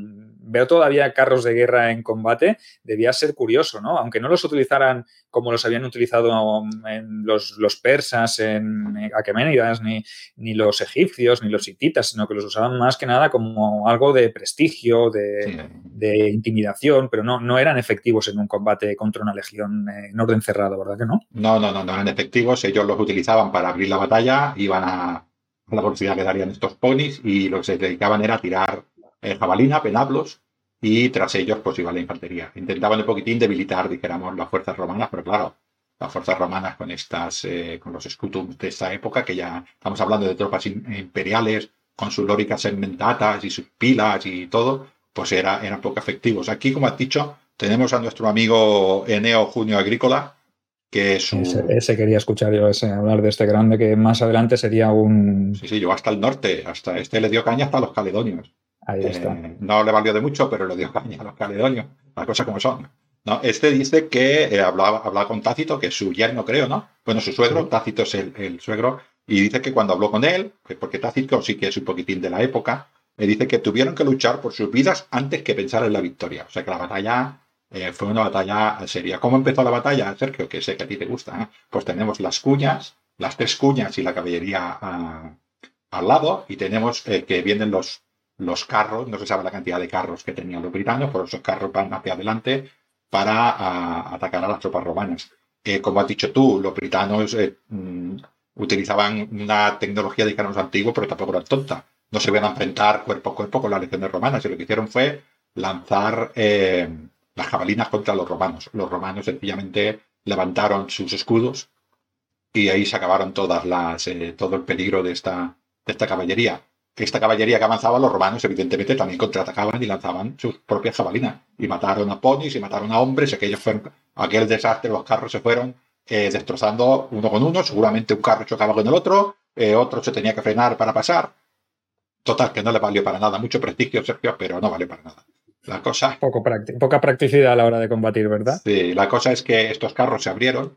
ver todavía carros de guerra en combate debía ser curioso, ¿no? Aunque no los utilizaran como los habían utilizado en los, los persas, en Aqueménidas, ni, ni los egipcios, ni los hititas, sino que los usaban más que nada como algo de prestigio, de, Sí. de intimidación, pero no, no eran efectivos en un combate contra una legión en orden cerrado, ¿verdad que no? No, no, no, no eran efectivos. Ellos los utilizaban para abrir la batalla, iban a, a la velocidad que darían estos ponis y lo que se dedicaban era a tirar eh, jabalina, penablos, y tras ellos pues iba la infantería. Intentaban un poquitín debilitar, dijéramos, las fuerzas romanas, pero claro, las fuerzas romanas con estas, eh, con los scutums de esta época, que ya estamos hablando de tropas imperiales, con sus lóricas segmentatas y sus pilas y todo, pues era, eran poco efectivos. Aquí, como has dicho, tenemos a nuestro amigo Eneo Junio Agrícola, que es su... Ese, ese quería escuchar yo, ese, hablar de este grande, que más adelante sería un... Sí, sí, llegó hasta el norte, hasta este le dio caña hasta los caledonios. Ahí está. Eh, no le valió de mucho, pero le dio caña a los caledonios, las cosas como son. ¿No? Este dice que eh, hablaba, hablaba con Tácito, que es su yerno, creo, ¿no? Bueno, su suegro, Sí. Tácito es el, el suegro, y dice que cuando habló con él, que porque Tácito sí que es un poquitín de la época, le dice que tuvieron que luchar por sus vidas antes que pensar en la victoria. O sea que la batalla eh, fue una batalla seria. ¿Cómo empezó la batalla, Sergio? Que sé que a ti te gusta, ¿eh? Pues tenemos las cuñas, las tres cuñas y la caballería a, al lado, y tenemos eh, que vienen los, los carros, no se sabe la cantidad de carros que tenían los britanos, pero esos carros van hacia adelante para a, atacar a las tropas romanas. Eh, como has dicho tú, los britanos eh, mm, utilizaban una tecnología, digamos, antigua, pero tampoco era tonta. No se iban a enfrentar cuerpo a cuerpo con las legiones romanas, y lo que hicieron fue lanzar eh, las jabalinas contra los romanos. Los romanos sencillamente levantaron sus escudos y ahí se acabaron todas las, eh, todo el peligro de esta, de esta caballería. Esta caballería que avanzaba, los romanos evidentemente también contraatacaban y lanzaban sus propias jabalinas. Y mataron a ponis y mataron a hombres, y aquellos fueron, aquel desastre, los carros se fueron eh, destrozando uno con uno. Seguramente un carro chocaba con el otro, eh, otro se tenía que frenar para pasar. Total, que no le valió para nada. Mucho prestigio, Sergio, pero no vale para nada. La cosa... Poco prácti- poca practicidad a la hora de combatir, ¿verdad? Sí, la cosa es que estos carros se abrieron,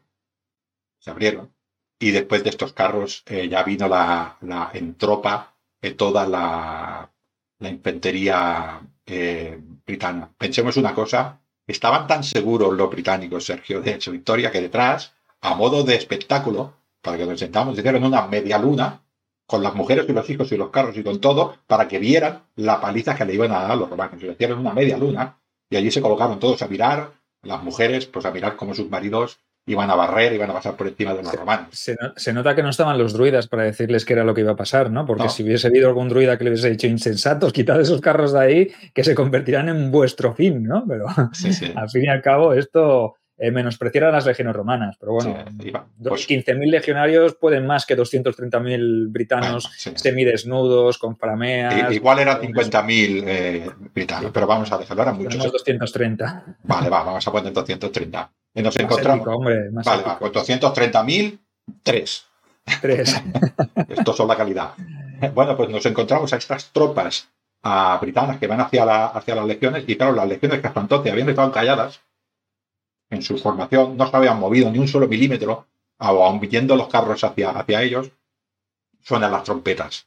se abrieron, y después de estos carros eh, ya vino la, la en tropa eh, toda la, la infantería eh, británica. Pensemos una cosa, estaban tan seguros los británicos, Sergio, de su victoria, que detrás, a modo de espectáculo, para que nos sentamos, hicieron una media luna con las mujeres y los hijos y los carros y con todo, para que vieran la paliza que le iban a dar a los romanos. Le hicieron una media luna y allí se colocaron todos a mirar, las mujeres pues a mirar cómo sus maridos iban a barrer, iban a pasar por encima de los se, romanos. Se, se nota que no estaban los druidas para decirles qué era lo que iba a pasar, ¿no? Porque No. si hubiese habido algún druida que le hubiese dicho insensatos, quitad esos carros de ahí que se convertirán en vuestro fin, ¿no? Pero sí, sí. al fin y al cabo esto eh, menospreciar a las legiones romanas. Pero bueno, sí, pues, quince mil legionarios pueden más que doscientos treinta mil britanos bueno, sí. semidesnudos, con frameas... Igual eran cincuenta mil eh, britanos, sí. Pero vamos a dejarlo, eran muchos. doscientos treinta. Vale, va, vamos a poner doscientos treinta. Y nos más encontramos... Épico, hombre, más vale, épico. va, con doscientos treinta mil, tres. Tres. Estos son la calidad. Bueno, pues nos encontramos a estas tropas a britanas que van hacia, la, hacia las legiones, y claro, las legiones que hasta entonces habían estado calladas en su formación, no se habían movido ni un solo milímetro, aún viendo los carros hacia, hacia ellos, suenan las trompetas.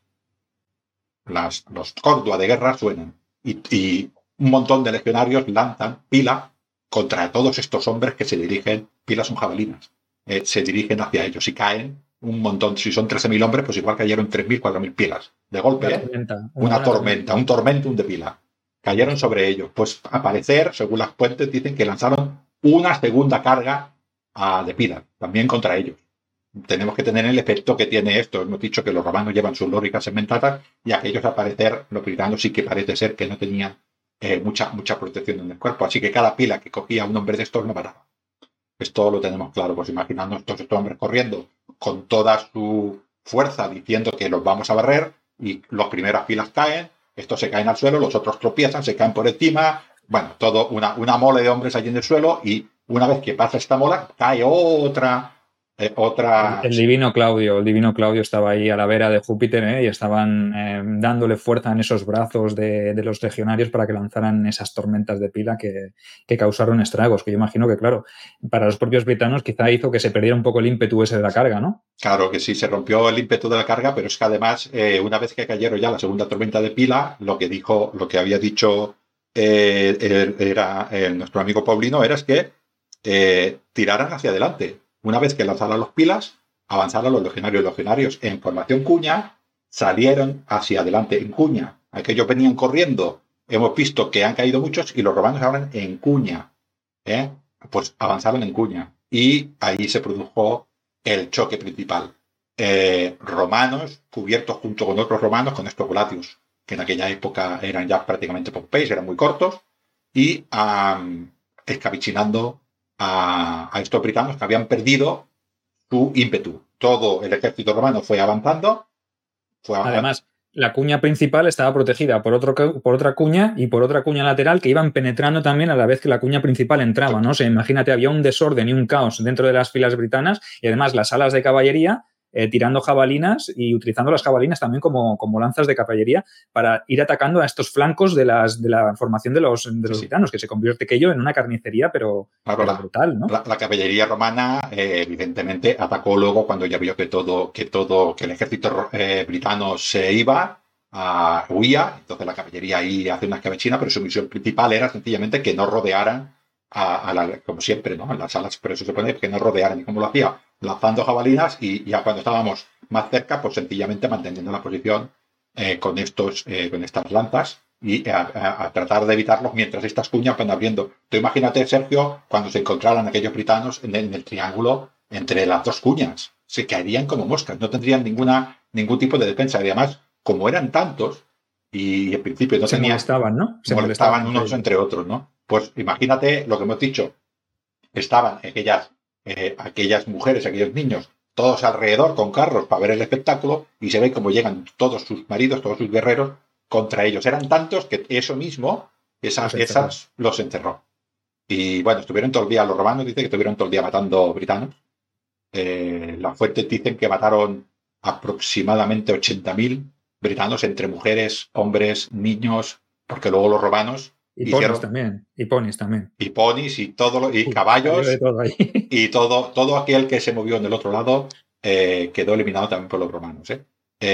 Las, los cordua de guerra suenan. Y, y un montón de legionarios lanzan pila contra todos estos hombres que se dirigen, pilas son jabalinas, eh, se dirigen hacia ellos y caen un montón. Si son trece mil hombres, pues igual cayeron tres mil, cuatro mil pilas. De golpe, una ¿eh? tormenta, una, una, una tormenta, tormenta, un tormentum de pila. Cayeron sobre ellos. Pues a parecer, según las fuentes, dicen que lanzaron una segunda carga uh, de pila, también contra ellos. Tenemos que tener el efecto que tiene esto. Hemos dicho que los romanos llevan sus lóricas segmentadas, y aquellos, al parecer, los britanos sí que parece ser que no tenían eh, mucha, mucha protección en el cuerpo. Así que cada pila que cogía un hombre de estos no mataba. Esto lo tenemos claro. Pues imaginando estos, estos hombres corriendo con toda su fuerza, diciendo que los vamos a barrer, y las primeras pilas caen, estos se caen al suelo, los otros tropiezan, se caen por encima. Bueno, todo una, una mole de hombres allí en el suelo, y una vez que pasa esta mola, cae otra, eh, otra... El, el divino Claudio, el divino Claudio estaba ahí a la vera de Júpiter, ¿eh? Y estaban eh, dándole fuerza en esos brazos de, de los legionarios para que lanzaran esas tormentas de pila que, que causaron estragos, que yo imagino que, claro, para los propios britanos quizá hizo que se perdiera un poco el ímpetu ese de la carga, ¿no? Claro que sí, se rompió el ímpetu de la carga, pero es que además, eh, una vez que cayeron ya la segunda tormenta de pila, lo que dijo, lo que había dicho eh, era eh, nuestro amigo Paulino era es que eh, tiraran hacia adelante. Una vez que lanzaran los pilas, avanzaron los legionarios. Los legionarios en formación cuña salieron hacia adelante en cuña. Aquellos venían corriendo. Hemos visto que han caído muchos y los romanos ahora en cuña. ¿eh? Pues avanzaron en cuña. Y ahí se produjo el choque principal. Eh, romanos cubiertos junto con otros romanos con estos gladius, que en aquella época eran ya prácticamente Pompeis, eran muy cortos, y um, escabichinando a, a estos britanos que habían perdido su ímpetu. Todo el ejército romano fue avanzando. Fue avanzando. Además, la cuña principal estaba protegida por, otro, por otra cuña y por otra cuña lateral que iban penetrando también a la vez que la cuña principal entraba, ¿no? O sea, imagínate, había un desorden y un caos dentro de las filas britanas y además las alas de caballería eh, tirando jabalinas y utilizando las jabalinas también como, como lanzas de caballería para ir atacando a estos flancos de, las, de la formación de los, de los sí. britanos, que se convierte aquello en una carnicería, pero, claro, pero la, brutal, ¿no? La, la caballería romana, eh, evidentemente, atacó luego cuando ya vio que todo, que todo, que el ejército eh, britano se iba, uh, huía, entonces la caballería ahí hace una escabechina, pero su misión principal era sencillamente que no rodearan a, a la, como siempre, ¿no? En las alas, pero eso se supone que no rodearan. ¿Y cómo lo hacía? Lanzando jabalinas y ya cuando estábamos más cerca, pues sencillamente manteniendo la posición eh, con estos, eh, con estas lanzas y a, a, a tratar de evitarlos mientras estas cuñas van abriendo. Tú imagínate, Sergio, cuando se encontraran aquellos britanos en el, en el triángulo entre las dos cuñas. Se caerían como moscas, no tendrían ninguna, ningún tipo de defensa. Y además, como eran tantos, y en principio no se tenían... molestaban, ¿no? Se molestaban, molestaban unos entre otros, ¿no? Pues imagínate lo que hemos dicho. Estaban aquellas, eh, aquellas mujeres, aquellos niños, todos alrededor con carros para ver el espectáculo y se ve cómo llegan todos sus maridos, todos sus guerreros contra ellos. Eran tantos que eso mismo, esas, los, esas, los encerró. Y bueno, estuvieron todo el día, los romanos dicen que estuvieron todo el día matando britanos. Eh, las fuentes dicen que mataron aproximadamente ochenta mil britanos entre mujeres, hombres, niños, porque luego los romanos y hicieron... ponis también, y ponis también. Y ponis y, todo lo, y caballos de todo ahí. y todo, todo aquel que se movió en el otro lado eh, quedó eliminado también por los romanos. ¿eh?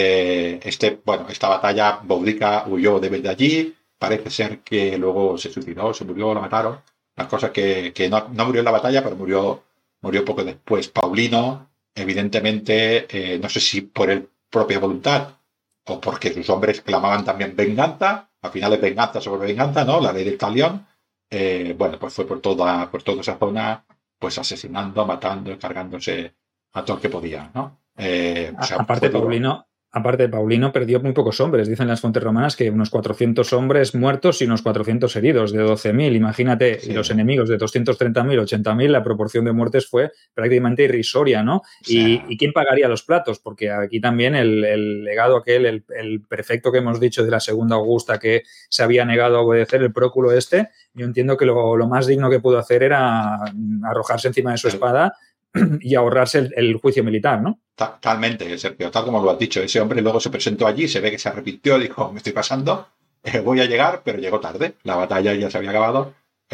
Eh, este, bueno, esta batalla, Boudica huyó de allí, parece ser que luego se suicidó, se murió, lo mataron. Las cosas que, que no, no murió en la batalla, pero murió, murió poco después. Paulino, evidentemente, eh, no sé si por el propia voluntad o porque sus hombres clamaban también venganza, al final es venganza sobre venganza, ¿no? La ley del talión. Eh, bueno, pues fue por toda, por toda esa zona, pues asesinando, matando, cargándose a todo el que podía, ¿no? Eh, o sea, aparte, Paulino, aparte, Paulino perdió muy pocos hombres. Dicen las fuentes romanas que unos cuatrocientos hombres muertos y unos cuatrocientos heridos, de doce mil. Imagínate, sí. Y los enemigos de doscientos treinta mil, ochenta mil, la proporción de muertes fue prácticamente irrisoria, ¿no? Sí. Y, ¿Y quién pagaría los platos? Porque aquí también el, el legado aquel, el, el prefecto que hemos dicho de la segunda Augusta que se había negado a obedecer, el próculo este, yo entiendo que lo, lo más digno que pudo hacer era arrojarse encima de su espada y ahorrarse el, el juicio militar, ¿no? Totalmente, Sergio, tal como lo has dicho. Ese hombre luego se presentó allí, se ve que se arrepintió, dijo, me estoy pasando, eh, voy a llegar, pero llegó tarde. La batalla ya se había acabado.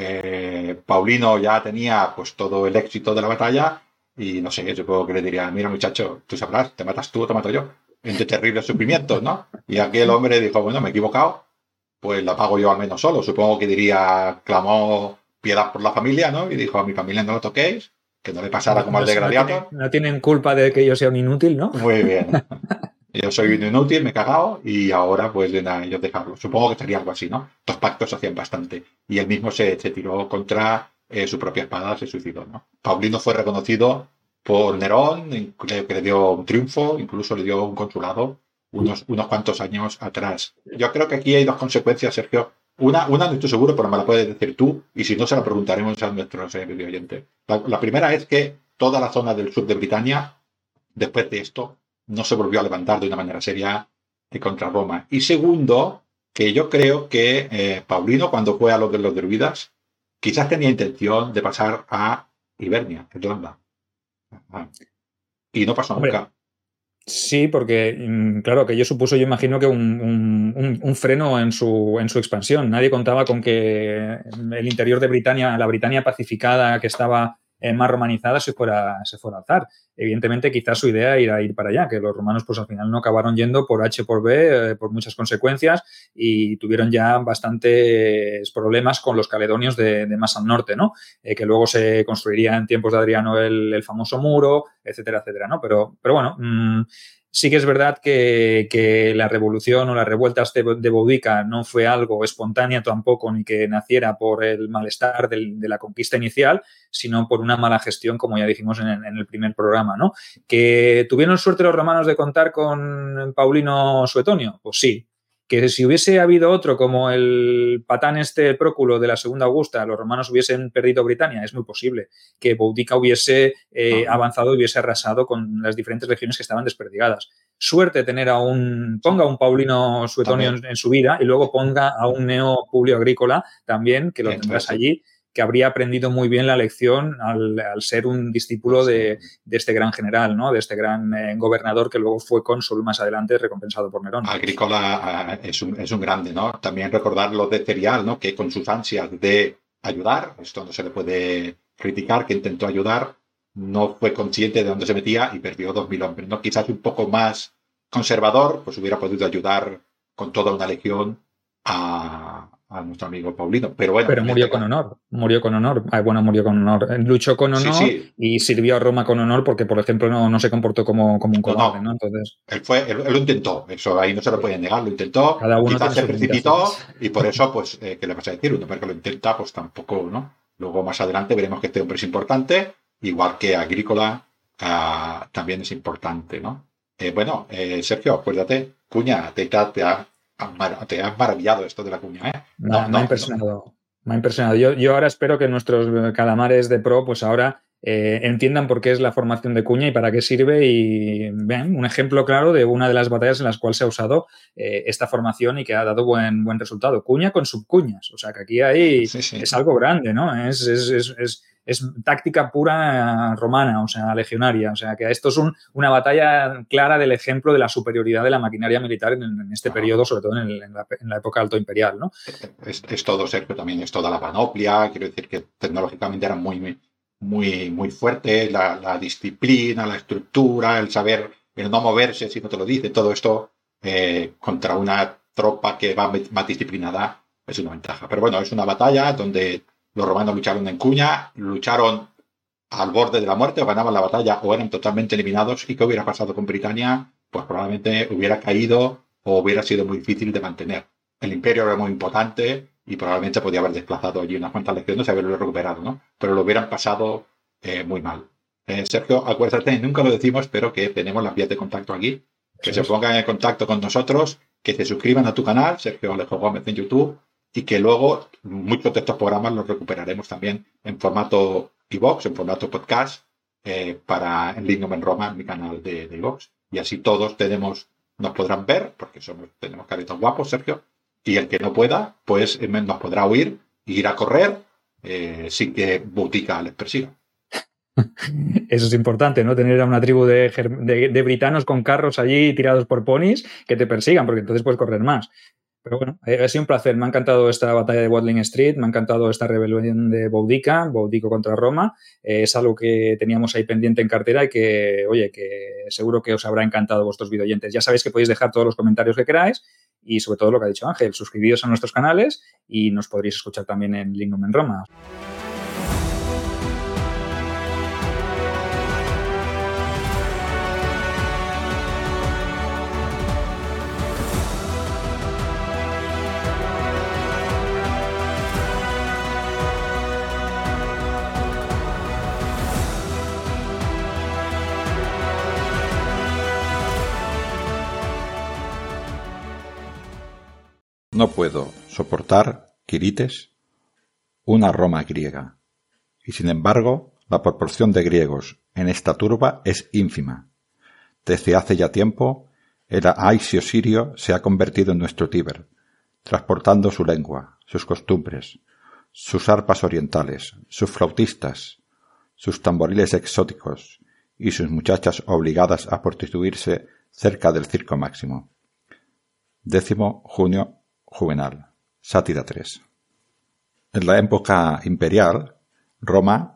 Eh, Paulino ya tenía pues todo el éxito de la batalla y no sé, yo supongo que le diría, mira muchacho, tú sabrás, te matas tú o te mato yo. Entre terribles sufrimientos, ¿no? Y aquel hombre dijo, bueno, me he equivocado, pues la pago yo al menos solo. Supongo que diría, clamó piedad por la familia, ¿no? Y dijo, a mi familia no lo toquéis, que no le pasara como al de Gladiator. No, no tienen culpa de que yo sea un inútil, ¿no? Muy bien. Yo soy un inútil, me he cagado y ahora pues de nada, ellos dejarlo. Supongo que sería algo así, ¿no? Los pactos se hacían bastante. Y él mismo se, se tiró contra eh, su propia espada, se suicidó, ¿no? Paulino fue reconocido por Nerón, creo que le dio un triunfo, incluso le dio un consulado unos, unos cuantos años atrás. Yo creo que aquí hay dos consecuencias, Sergio. Una, una no estoy seguro, pero me la puedes decir tú, y si no se la preguntaremos a nuestros eh, video oyentes. La, la primera es que toda la zona del sur de Britania, después de esto, no se volvió a levantar de una manera seria contra Roma. Y segundo, que yo creo que eh, Paulino, cuando fue a los de los druidas, quizás tenía intención de pasar a Hibernia, Irlanda. Y no pasó Hombre. nunca. Sí, porque, claro, que yo supuso, yo imagino que un, un, un freno en su, en su expansión. Nadie contaba con que el interior de Britania, la Britania pacificada que estaba eh, más romanizada se fuera, se fuera a alzar. Evidentemente, quizás su idea era ir para allá, que los romanos pues al final no acabaron yendo por H por B, eh, por muchas consecuencias, y tuvieron ya bastantes problemas con los caledonios de, de más al norte, ¿no? Eh, que luego se construiría en tiempos de Adriano el, el famoso muro, etcétera, etcétera, ¿no? Pero, pero bueno, mmm, sí que es verdad que, que la revolución o las revueltas de, de Boudica no fue algo espontáneo tampoco, ni que naciera por el malestar del, de la conquista inicial, sino por una mala gestión, como ya dijimos en, en el primer programa, ¿no? ¿Que tuvieron suerte los romanos de contar con Paulino Suetonio? Pues sí. Que si hubiese habido otro como el patán este, el Próculo de la Segunda Augusta, los romanos hubiesen perdido Britania, es muy posible. Que Boudica hubiese eh, avanzado y hubiese arrasado con las diferentes regiones que estaban desperdigadas. Suerte tener a un, ponga a un Paulino Suetonio en, en su vida y luego ponga a un Neo Publio Agrícola también, que lo tendrás allí, que habría aprendido muy bien la lección al, al ser un discípulo de, de este gran general, ¿no? De este gran eh, gobernador que luego fue cónsul más adelante, recompensado por Nerón. Agrícola es un, es un grande, ¿no? También recordar lo de Cerial, ¿no? Que con sus ansias de ayudar, esto no se le puede criticar, que intentó ayudar, no fue consciente de dónde se metía y perdió dos mil hombres, ¿no? Quizás un poco más conservador, pues hubiera podido ayudar con toda una legión a... a nuestro amigo Paulino, pero bueno. Pero murió con honor, murió con honor. Ah, bueno, murió con honor. Luchó con honor sí, sí. y sirvió a Roma con honor porque, por ejemplo, no, no se comportó como, como un cobarde, ¿no? ¿no? Entonces... Él, fue, él, él lo intentó, eso ahí no se lo puede negar, lo intentó, Cada uno quizás se precipitó y por eso, pues, eh, ¿qué le vas a decir? Uno porque lo intenta, pues tampoco, ¿no? Luego más adelante veremos que este hombre es importante, igual que Agrícola uh, también es importante, ¿no? Eh, bueno, eh, Sergio, acuérdate, cuña, te, te ha... Te has maravillado esto de la cuña, ¿eh? No, no, me ha impresionado. No. Me ha impresionado. Yo, yo ahora espero que nuestros calamares de pro, pues ahora eh, entiendan por qué es la formación de cuña y para qué sirve. Y vean, un ejemplo claro de una de las batallas en las cuales se ha usado eh, esta formación y que ha dado buen, buen resultado. Cuña con subcuñas. O sea que aquí hay, sí, sí. es algo grande, ¿no? Es, es, es, es, es táctica pura romana, o sea, legionaria. O sea, que esto es un, una batalla clara del ejemplo de la superioridad de la maquinaria militar en, en este ah. periodo, sobre todo en, el, en, la, en la época alto imperial, ¿no? Es, es todo, Sergio, también es toda la panoplia. Quiero decir que tecnológicamente eran muy, muy, muy fuertes. La, la disciplina, la estructura, el saber, el no moverse si no te lo dice, todo esto eh, contra una tropa que va más disciplinada es una ventaja. Pero bueno, es una batalla donde los romanos lucharon en cuña, lucharon al borde de la muerte, o ganaban la batalla o eran totalmente eliminados. ¿Y qué hubiera pasado con Britania? Pues probablemente hubiera caído o hubiera sido muy difícil de mantener. El imperio era muy importante y probablemente podía haber desplazado allí unas cuantas legiones y haberlo recuperado, ¿no? Pero lo hubieran pasado eh, muy mal. Eh, Sergio, acuérdate, nunca lo decimos, pero que tenemos las vías de contacto aquí. Que sí, se pongan en contacto con nosotros, que se suscriban a tu canal, Sergio Alejo Gómez en YouTube, y que luego muchos de estos programas los recuperaremos también en formato iVoox, en formato podcast, eh, para el Lignum en Roma, en mi canal de, de iVoox. Y así todos tenemos, nos podrán ver, porque somos, tenemos caritos guapos, Sergio, y el que no pueda, pues eh, nos podrá huir, ir a correr, eh, sin que Boudica les persiga. Eso es importante, ¿no? Tener a una tribu de, de, de britanos con carros allí tirados por ponis que te persigan, porque entonces puedes correr más. Pero bueno, ha sido un placer. Me ha encantado esta batalla de Watling Street, me ha encantado esta rebelión de Boudica, Boudico contra Roma. Eh, es algo que teníamos ahí pendiente en cartera y que, oye, que seguro que os habrá encantado a vuestros videoyentes. Ya sabéis que podéis dejar todos los comentarios que queráis y, sobre todo, lo que ha dicho Ángel, suscribíos a nuestros canales y nos podréis escuchar también en Lignum en Roma. No puedo soportar, Quirites, una Roma griega, y sin embargo la proporción de griegos en esta turba es ínfima. Desde hace ya tiempo el Aisio sirio se ha convertido en nuestro Tíber, transportando su lengua, sus costumbres, sus arpas orientales, sus flautistas, sus tamboriles exóticos y sus muchachas obligadas a prostituirse cerca del Circo Máximo. Décimo junio Juvenal, Sátira tres. En la época imperial, Roma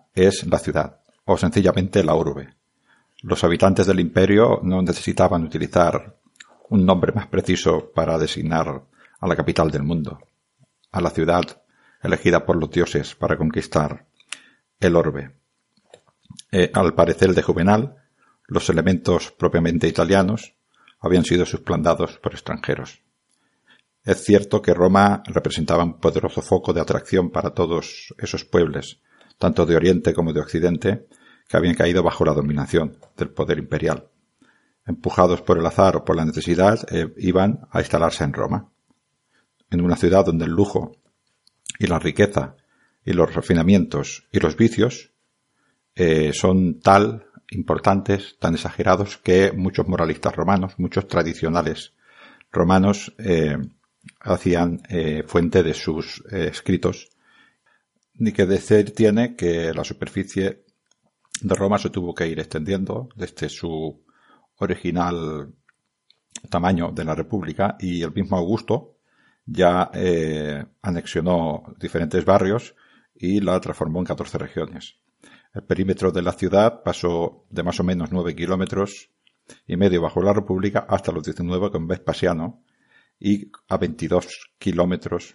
es la ciudad, o sencillamente la urbe. Los habitantes del imperio no necesitaban utilizar un nombre más preciso para designar a la capital del mundo, a la ciudad elegida por los dioses para conquistar el orbe. Eh, al parecer de Juvenal, los elementos propiamente italianos habían sido suplantados por extranjeros. Es cierto que Roma representaba un poderoso foco de atracción para todos esos pueblos, tanto de Oriente como de Occidente, que habían caído bajo la dominación del poder imperial. Empujados por el azar o por la necesidad, eh, iban a instalarse en Roma, en una ciudad donde el lujo y la riqueza y los refinamientos y los vicios eh, son tal importantes, tan exagerados, que muchos moralistas romanos, muchos tradicionales romanos eh, hacían eh, fuente de sus eh, escritos. Ni que decir tiene que la superficie de Roma se tuvo que ir extendiendo desde su original tamaño de la República, y el mismo Augusto ya eh, anexionó diferentes barrios y la transformó en catorce regiones. El perímetro de la ciudad pasó de más o menos nueve kilómetros y medio bajo la República hasta los diecinueve con Vespasiano, y a veintidós kilómetros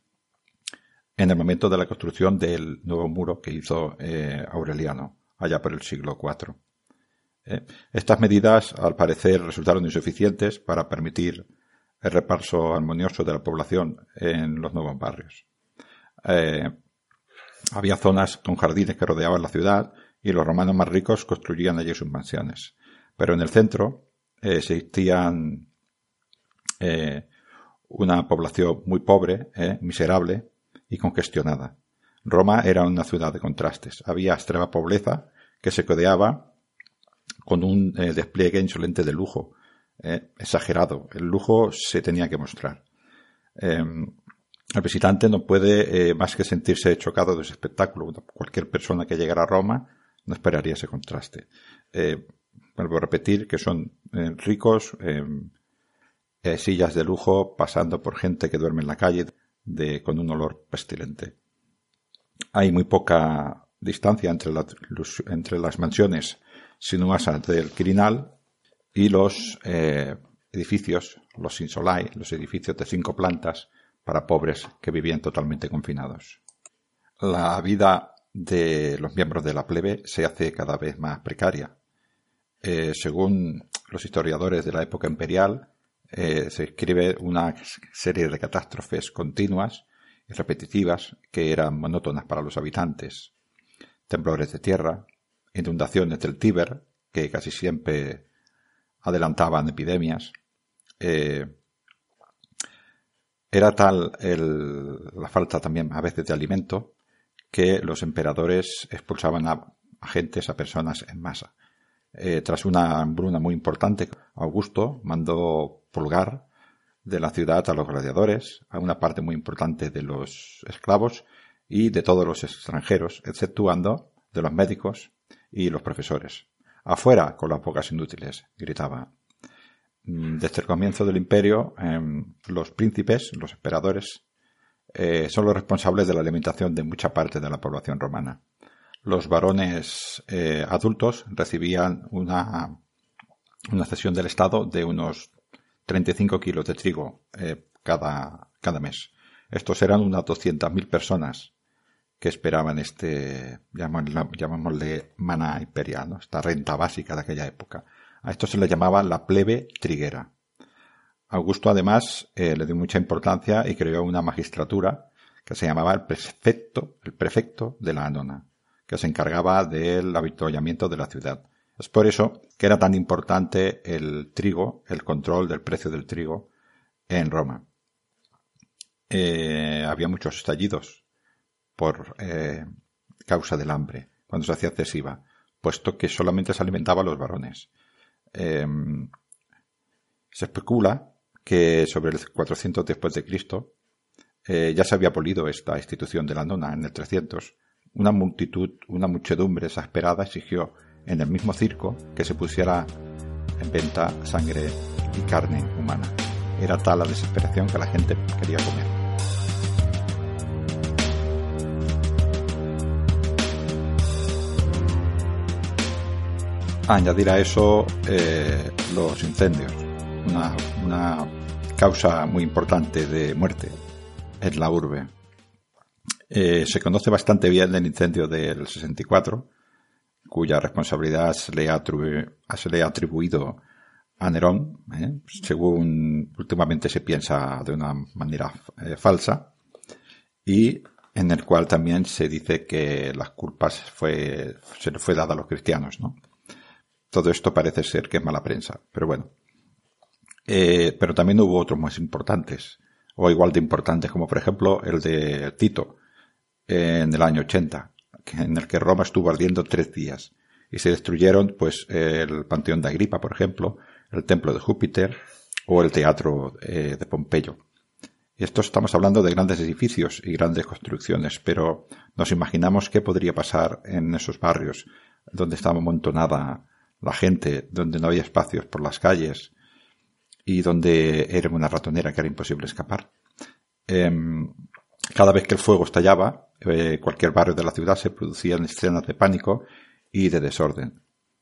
en el momento de la construcción del nuevo muro que hizo eh, Aureliano, allá por el siglo cuatro. Eh, estas medidas, al parecer, resultaron insuficientes para permitir el reparso armonioso de la población en los nuevos barrios. Eh, había zonas con jardines que rodeaban la ciudad y los romanos más ricos construían allí sus mansiones. Pero en el centro eh, existían eh, una población muy pobre, eh, miserable y congestionada. Roma era una ciudad de contrastes. Había extrema pobreza que se codeaba con un eh, despliegue insolente de lujo, eh, exagerado. El lujo se tenía que mostrar. Eh, el visitante no puede eh, más que sentirse chocado de ese espectáculo. Cualquier persona que llegara a Roma no esperaría ese contraste. Eh, vuelvo a repetir que son eh, ricos, eh, eh, sillas de lujo, pasando por gente que duerme en la calle de, con un olor pestilente. Hay muy poca distancia entre, la, los, entre las mansiones sinuosas del Quirinal y los eh, edificios, los insolai, los edificios de cinco plantas para pobres que vivían totalmente confinados. La vida de los miembros de la plebe se hace cada vez más precaria. Eh, según los historiadores de la época imperial, eh, se escribe una serie de catástrofes continuas y repetitivas que eran monótonas para los habitantes. Temblores de tierra, inundaciones del Tíber, que casi siempre adelantaban epidemias. Eh, era tal el, la falta también a veces de alimento que los emperadores expulsaban a agentes, a personas en masa. Eh, tras una hambruna muy importante, Augusto mandó purgar de la ciudad a los gladiadores, a una parte muy importante de los esclavos y de todos los extranjeros, exceptuando de los médicos y los profesores. Afuera con las bocas inútiles, gritaba. Desde el comienzo del imperio, eh, los príncipes, los emperadores, eh, son los responsables de la alimentación de mucha parte de la población romana. Los varones eh, adultos recibían una, una cesión del Estado de unos treinta y cinco kilos de trigo eh, cada, cada mes. Estos eran unas doscientas mil personas que esperaban este, llamémosle, llamémosle mana imperial, ¿no? Esta renta básica de aquella época. A esto se le llamaba la plebe triguera. Augusto, además, eh, le dio mucha importancia y creó una magistratura que se llamaba el prefecto, el prefecto de la Anona, que se encargaba del avituallamiento de la ciudad. Es por eso que era tan importante el trigo, el control del precio del trigo en Roma. Eh, había muchos estallidos por eh, causa del hambre, cuando se hacía excesiva, puesto que solamente se alimentaba a los varones. Eh, se especula que sobre el cuatrocientos después de Cristo eh, ya se había abolido esta institución de la nona en el trescientos. Una multitud, una muchedumbre exasperada exigió en el mismo circo que se pusiera en venta sangre y carne humana. Era tal la desesperación que la gente quería comer. añadir a eso eh, los incendios, una, una causa muy importante de muerte en la urbe. Eh, se conoce bastante bien el incendio del sesenta y cuatro, cuya responsabilidad se le ha, atribu- se le ha atribuido a Nerón, ¿eh? según últimamente se piensa de una manera eh, falsa, y en el cual también se dice que las culpas fue, se le fue dada a los cristianos, ¿no? Todo esto parece ser que es mala prensa, pero bueno. Eh, pero también hubo otros más importantes, o igual de importantes, como por ejemplo el de Tito, eh, en el año ochenta, en el que Roma estuvo ardiendo tres días, y se destruyeron pues el Panteón de Agripa, por ejemplo, el Templo de Júpiter, o el Teatro eh, de Pompeyo. Y esto estamos hablando de grandes edificios y grandes construcciones, pero nos imaginamos qué podría pasar en esos barrios donde estaba amontonada la gente, donde no había espacios por las calles y donde era una ratonera que era imposible escapar. Eh, cada vez que el fuego estallaba, eh, cualquier barrio de la ciudad se producían escenas de pánico y de desorden.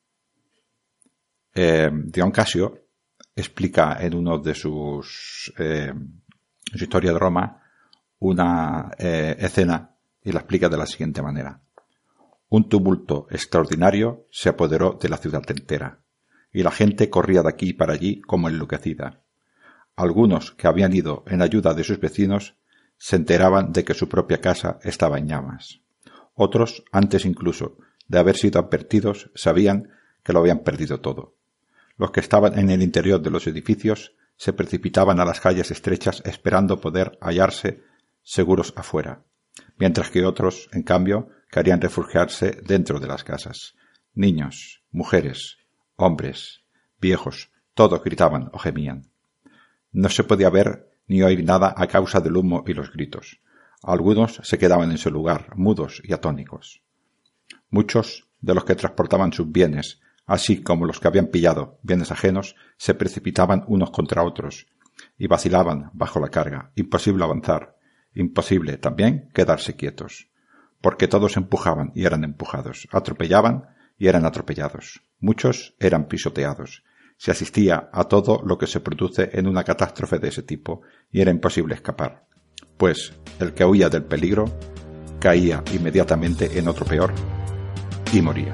Eh, Dion Casio explica en uno de sus eh, en su historia de Roma una eh, escena y la explica de la siguiente manera. Un tumulto extraordinario se apoderó de la ciudad entera, y la gente corría de aquí para allí como enloquecida. Algunos que habían ido en ayuda de sus vecinos se enteraban de que su propia casa estaba en llamas. Otros, antes incluso de haber sido advertidos, sabían que lo habían perdido todo. Los que estaban en el interior de los edificios se precipitaban a las calles estrechas esperando poder hallarse seguros afuera, mientras que otros, en cambio, querían refugiarse dentro de las casas. Niños, mujeres, hombres, viejos, todos gritaban o gemían. No se podía ver ni oír nada a causa del humo y los gritos. Algunos se quedaban en su lugar, mudos y atónicos. Muchos de los que transportaban sus bienes, así como los que habían pillado bienes ajenos, se precipitaban unos contra otros y vacilaban bajo la carga. Imposible avanzar, imposible también quedarse quietos, porque todos empujaban y eran empujados, atropellaban y eran atropellados. Muchos eran pisoteados. Se asistía a todo lo que se produce en una catástrofe de ese tipo y era imposible escapar, pues el que huía del peligro caía inmediatamente en otro peor y moría.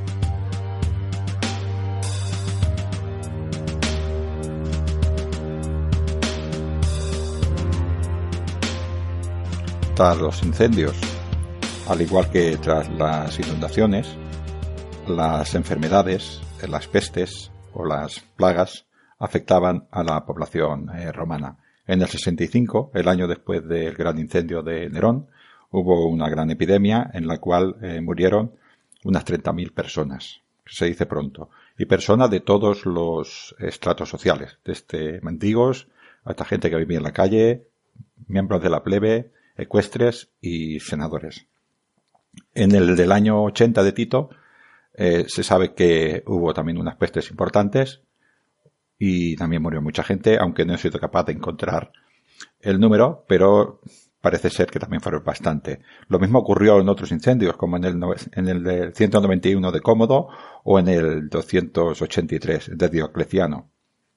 Tras los incendios, al igual que tras las inundaciones, las enfermedades, las pestes o las plagas afectaban a la población eh, romana. En el sesenta y cinco, el año después del gran incendio de Nerón, hubo una gran epidemia en la cual eh, murieron unas treinta mil personas, que se dice pronto, y personas de todos los estratos sociales, desde mendigos hasta gente que vivía en la calle, miembros de la plebe, ecuestres y senadores. En el del año ochenta de Tito eh, se sabe que hubo también unas pestes importantes y también murió mucha gente, aunque no he sido capaz de encontrar el número, pero parece ser que también fueron bastante. Lo mismo ocurrió en otros incendios, como en el, en el del ciento noventa y uno de Cómodo o en el doscientos ochenta y tres de Diocleciano.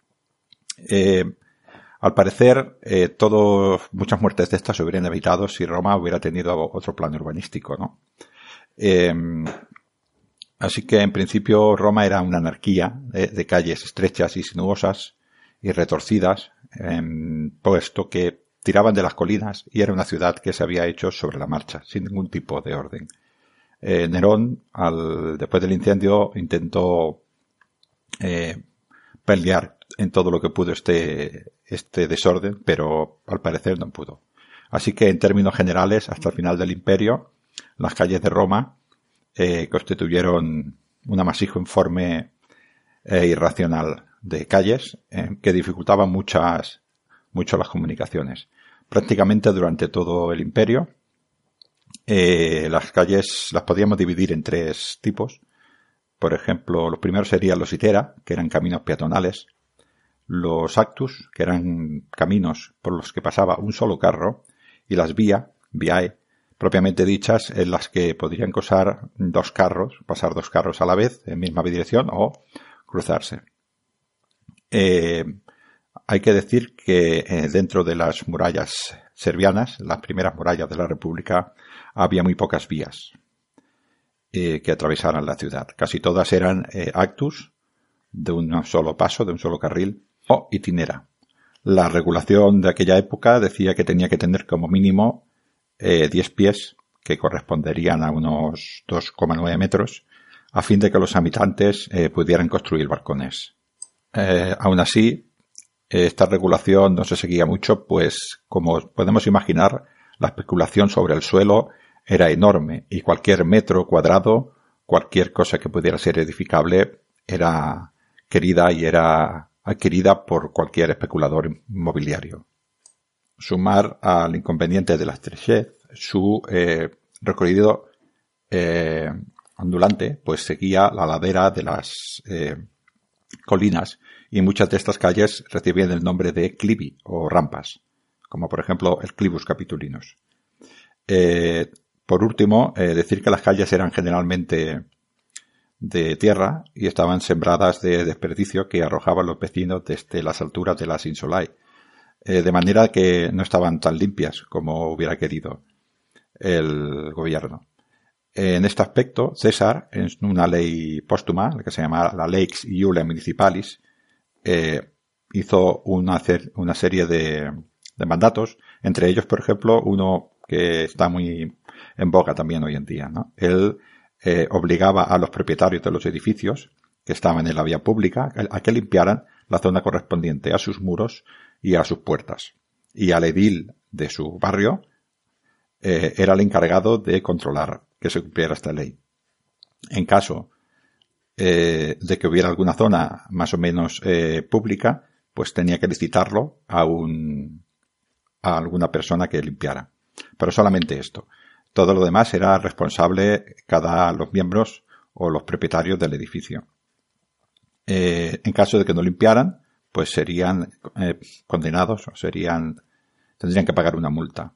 Eh, Al parecer, eh, todo, muchas muertes de estas se hubieran evitado si Roma hubiera tenido otro plan urbanístico, ¿no? Eh, así que, en principio, Roma era una anarquía de, de calles estrechas y sinuosas y retorcidas, eh, puesto que tiraban de las colinas y era una ciudad que se había hecho sobre la marcha, sin ningún tipo de orden. Eh, Nerón, al, después del incendio, intentó eh, pelear en todo lo que pudo este, este desorden, pero al parecer no pudo. Así que en términos generales, hasta el final del imperio, las calles de Roma eh, constituyeron un amasijo informe e irracional de calles eh, que dificultaban muchas, mucho las comunicaciones. Prácticamente durante todo el imperio, eh, las calles las podíamos dividir en tres tipos. Por ejemplo, los primeros serían los itera, que eran caminos peatonales, los actus, que eran caminos por los que pasaba un solo carro, y las vía, viae, propiamente dichas, en las que podrían cruzar dos carros, pasar dos carros a la vez en misma dirección o cruzarse. Eh, hay que decir que eh, dentro de las murallas serbianas, las primeras murallas de la República, había muy pocas vías eh, que atravesaran la ciudad. Casi todas eran eh, actus, de un solo paso, de un solo carril, o itinera. La regulación de aquella época decía que tenía que tener como mínimo eh, diez pies, que corresponderían a unos dos coma nueve metros, a fin de que los habitantes eh, pudieran construir balcones. Eh, aún así, esta regulación no se seguía mucho, pues, como podemos imaginar, la especulación sobre el suelo era enorme y cualquier metro cuadrado, cualquier cosa que pudiera ser edificable, era querida y era adquirida por cualquier especulador inmobiliario. Sumar al inconveniente de la estrechez su eh, recorrido eh, ondulante, pues seguía la ladera de las eh, colinas, y muchas de estas calles recibían el nombre de clivi o rampas, como por ejemplo el Clivus Capitolinus. Eh, por último, eh, decir que las calles eran generalmente de tierra y estaban sembradas de desperdicio que arrojaban los vecinos desde las alturas de las Insulae, eh, de manera que no estaban tan limpias como hubiera querido el gobierno. En este aspecto, César, en una ley póstuma, la que se llama la Lex Iulia Municipalis, eh, hizo una, una serie de, de mandatos, entre ellos, por ejemplo, uno que está muy en boga también hoy en día, ¿no? Él eh, obligaba a los propietarios de los edificios que estaban en la vía pública a que limpiaran la zona correspondiente a sus muros y a sus puertas. Y al edil de su barrio eh, era el encargado de controlar que se cumpliera esta ley. En caso eh, de que hubiera alguna zona más o menos eh, pública, pues tenía que licitarlo a, un, a alguna persona que limpiara. Pero solamente esto. Todo lo demás era responsable cada los miembros o los propietarios del edificio. Eh, en caso de que no limpiaran, pues serían eh, condenados o serían tendrían que pagar una multa.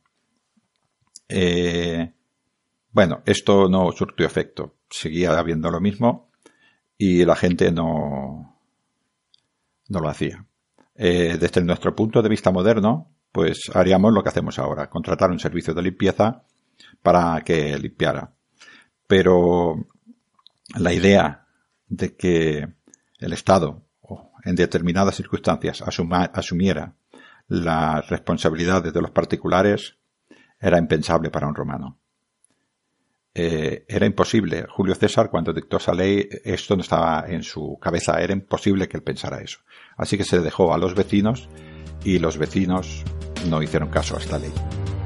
Eh, Bueno, esto no surtió efecto. Seguía habiendo lo mismo y la gente no, no lo hacía. Eh, desde nuestro punto de vista moderno, pues haríamos lo que hacemos ahora, contratar un servicio de limpieza para que limpiara. Pero la idea de que el Estado, en determinadas circunstancias, asuma, asumiera las responsabilidades de los particulares era impensable para un romano. Eh, era imposible. Julio César, cuando dictó esa ley, esto no estaba en su cabeza, era imposible que él pensara eso. Así que se dejó a los vecinos y los vecinos no hicieron caso a esta ley.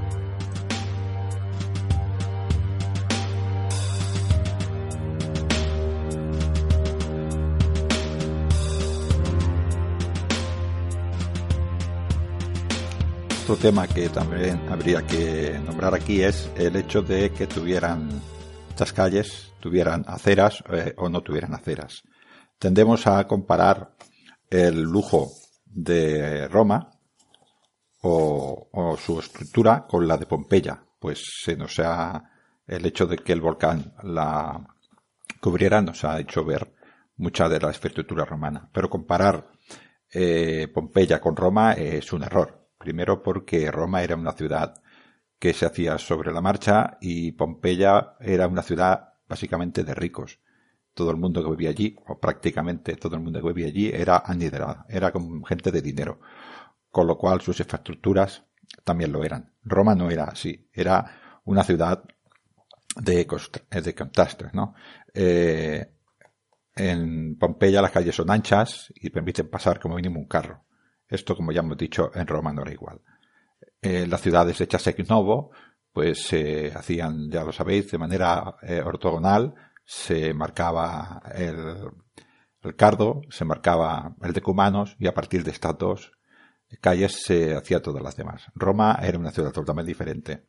Otro tema que también habría que nombrar aquí es el hecho de que tuvieran estas calles, tuvieran aceras eh, o no tuvieran aceras. Tendemos a comparar el lujo de Roma o, o su estructura con la de Pompeya, pues se nos ha, el hecho de que el volcán la cubriera nos ha hecho ver mucha de la infraestructura romana. Pero comparar eh, Pompeya con Roma es un error. Primero porque Roma era una ciudad que se hacía sobre la marcha y Pompeya era una ciudad básicamente de ricos. Todo el mundo que vivía allí, o prácticamente todo el mundo que vivía allí, era aniderado, era como gente de dinero. Con lo cual sus infraestructuras también lo eran. Roma no era así, era una ciudad de, de contrastes, ¿no? Eh, en Pompeya las calles son anchas y permiten pasar como mínimo un carro. Esto, como ya hemos dicho, en Roma no era igual. Eh, las ciudades hechas ex novo, pues se eh, hacían, ya lo sabéis, de manera eh, ortogonal. Se marcaba el, el cardo, se marcaba el decumanos y a partir de estas dos calles se hacía todas las demás. Roma era una ciudad totalmente diferente.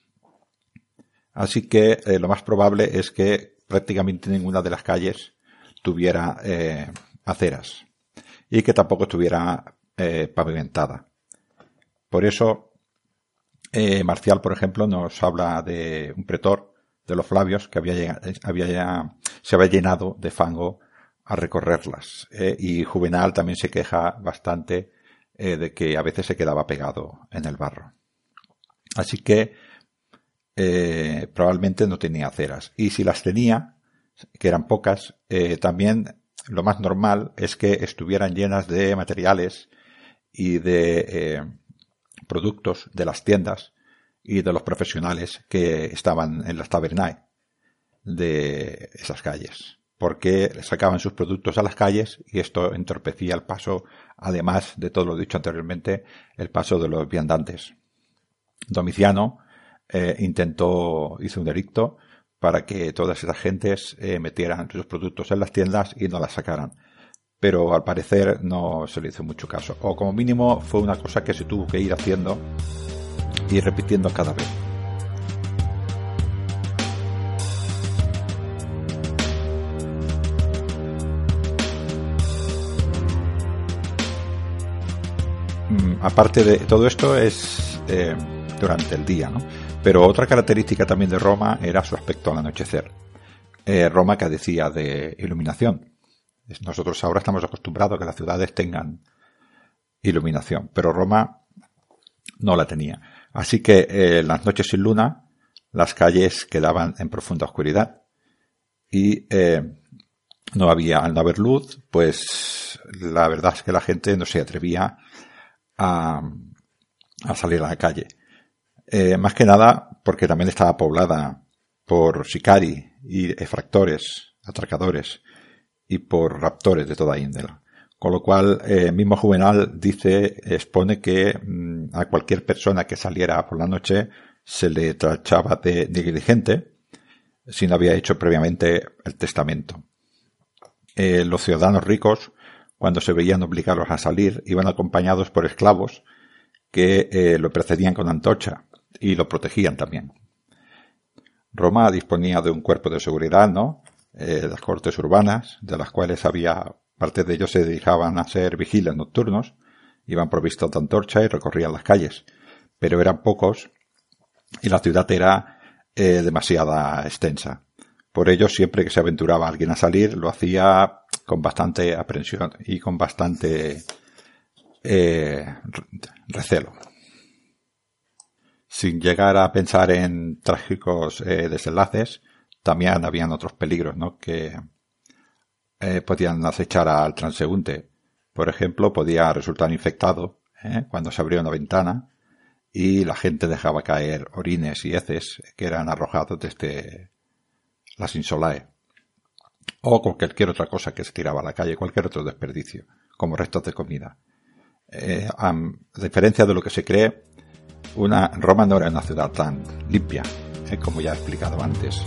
Así que eh, lo más probable es que prácticamente ninguna de las calles tuviera eh, aceras y que tampoco estuviera Eh, pavimentada. Por eso Eh, Marcial, por ejemplo, nos habla de un pretor de los Flavios que había, había ya, se había llenado de fango a recorrerlas. Eh, y Juvenal también se queja bastante eh, de que a veces se quedaba pegado en el barro. Así que eh, probablemente no tenía aceras. Y si las tenía, que eran pocas, eh, también lo más normal es que estuvieran llenas de materiales y de eh, productos de las tiendas y de los profesionales que estaban en las tabernae de esas calles, porque sacaban sus productos a las calles y esto entorpecía el paso, además de todo lo dicho anteriormente, el paso de los viandantes. Domiciano eh, intentó, hizo un edicto para que todas esas gentes eh, metieran sus productos en las tiendas y no las sacaran. Pero al parecer no se le hizo mucho caso. O como mínimo fue una cosa que se tuvo que ir haciendo y repitiendo cada vez. Mm, aparte de todo esto es eh, durante el día, ¿no? Pero otra característica también de Roma era su aspecto al anochecer. Eh, Roma carecía de iluminación. Nosotros ahora estamos acostumbrados a que las ciudades tengan iluminación, pero Roma no la tenía. Así que eh, en las noches sin luna, las calles quedaban en profunda oscuridad y eh, no había, al no haber luz, pues la verdad es que la gente no se atrevía a, a salir a la calle. Eh, más que nada porque también estaba poblada por sicari y efractores, atracadores y por raptores de toda índole. Con lo cual, eh, mismo Juvenal dice, expone que mmm, a cualquier persona que saliera por la noche se le tachaba de negligente si no había hecho previamente el testamento. Eh, los ciudadanos ricos, cuando se veían obligados a salir, iban acompañados por esclavos que eh, lo precedían con antorcha y lo protegían también. Roma disponía de un cuerpo de seguridad, ¿no? Eh, las cortes urbanas, de las cuales había, parte de ellos se dedicaban a ser vigiles nocturnos, iban provistos de antorcha y recorrían las calles, pero eran pocos y la ciudad era eh, demasiada extensa. Por ello, siempre que se aventuraba alguien a salir, lo hacía con bastante aprensión y con bastante eh, recelo. Sin llegar a pensar en trágicos eh, desenlaces, también habían otros peligros, ¿no?, que eh, podían acechar al transeúnte. Por ejemplo, podía resultar infectado ¿eh? cuando se abría una ventana y la gente dejaba caer orines y heces que eran arrojados desde las insolae. O cualquier otra cosa que se tiraba a la calle, cualquier otro desperdicio, como restos de comida. Eh, a diferencia de lo que se cree, una Roma no era una ciudad tan limpia, eh, como ya he explicado antes.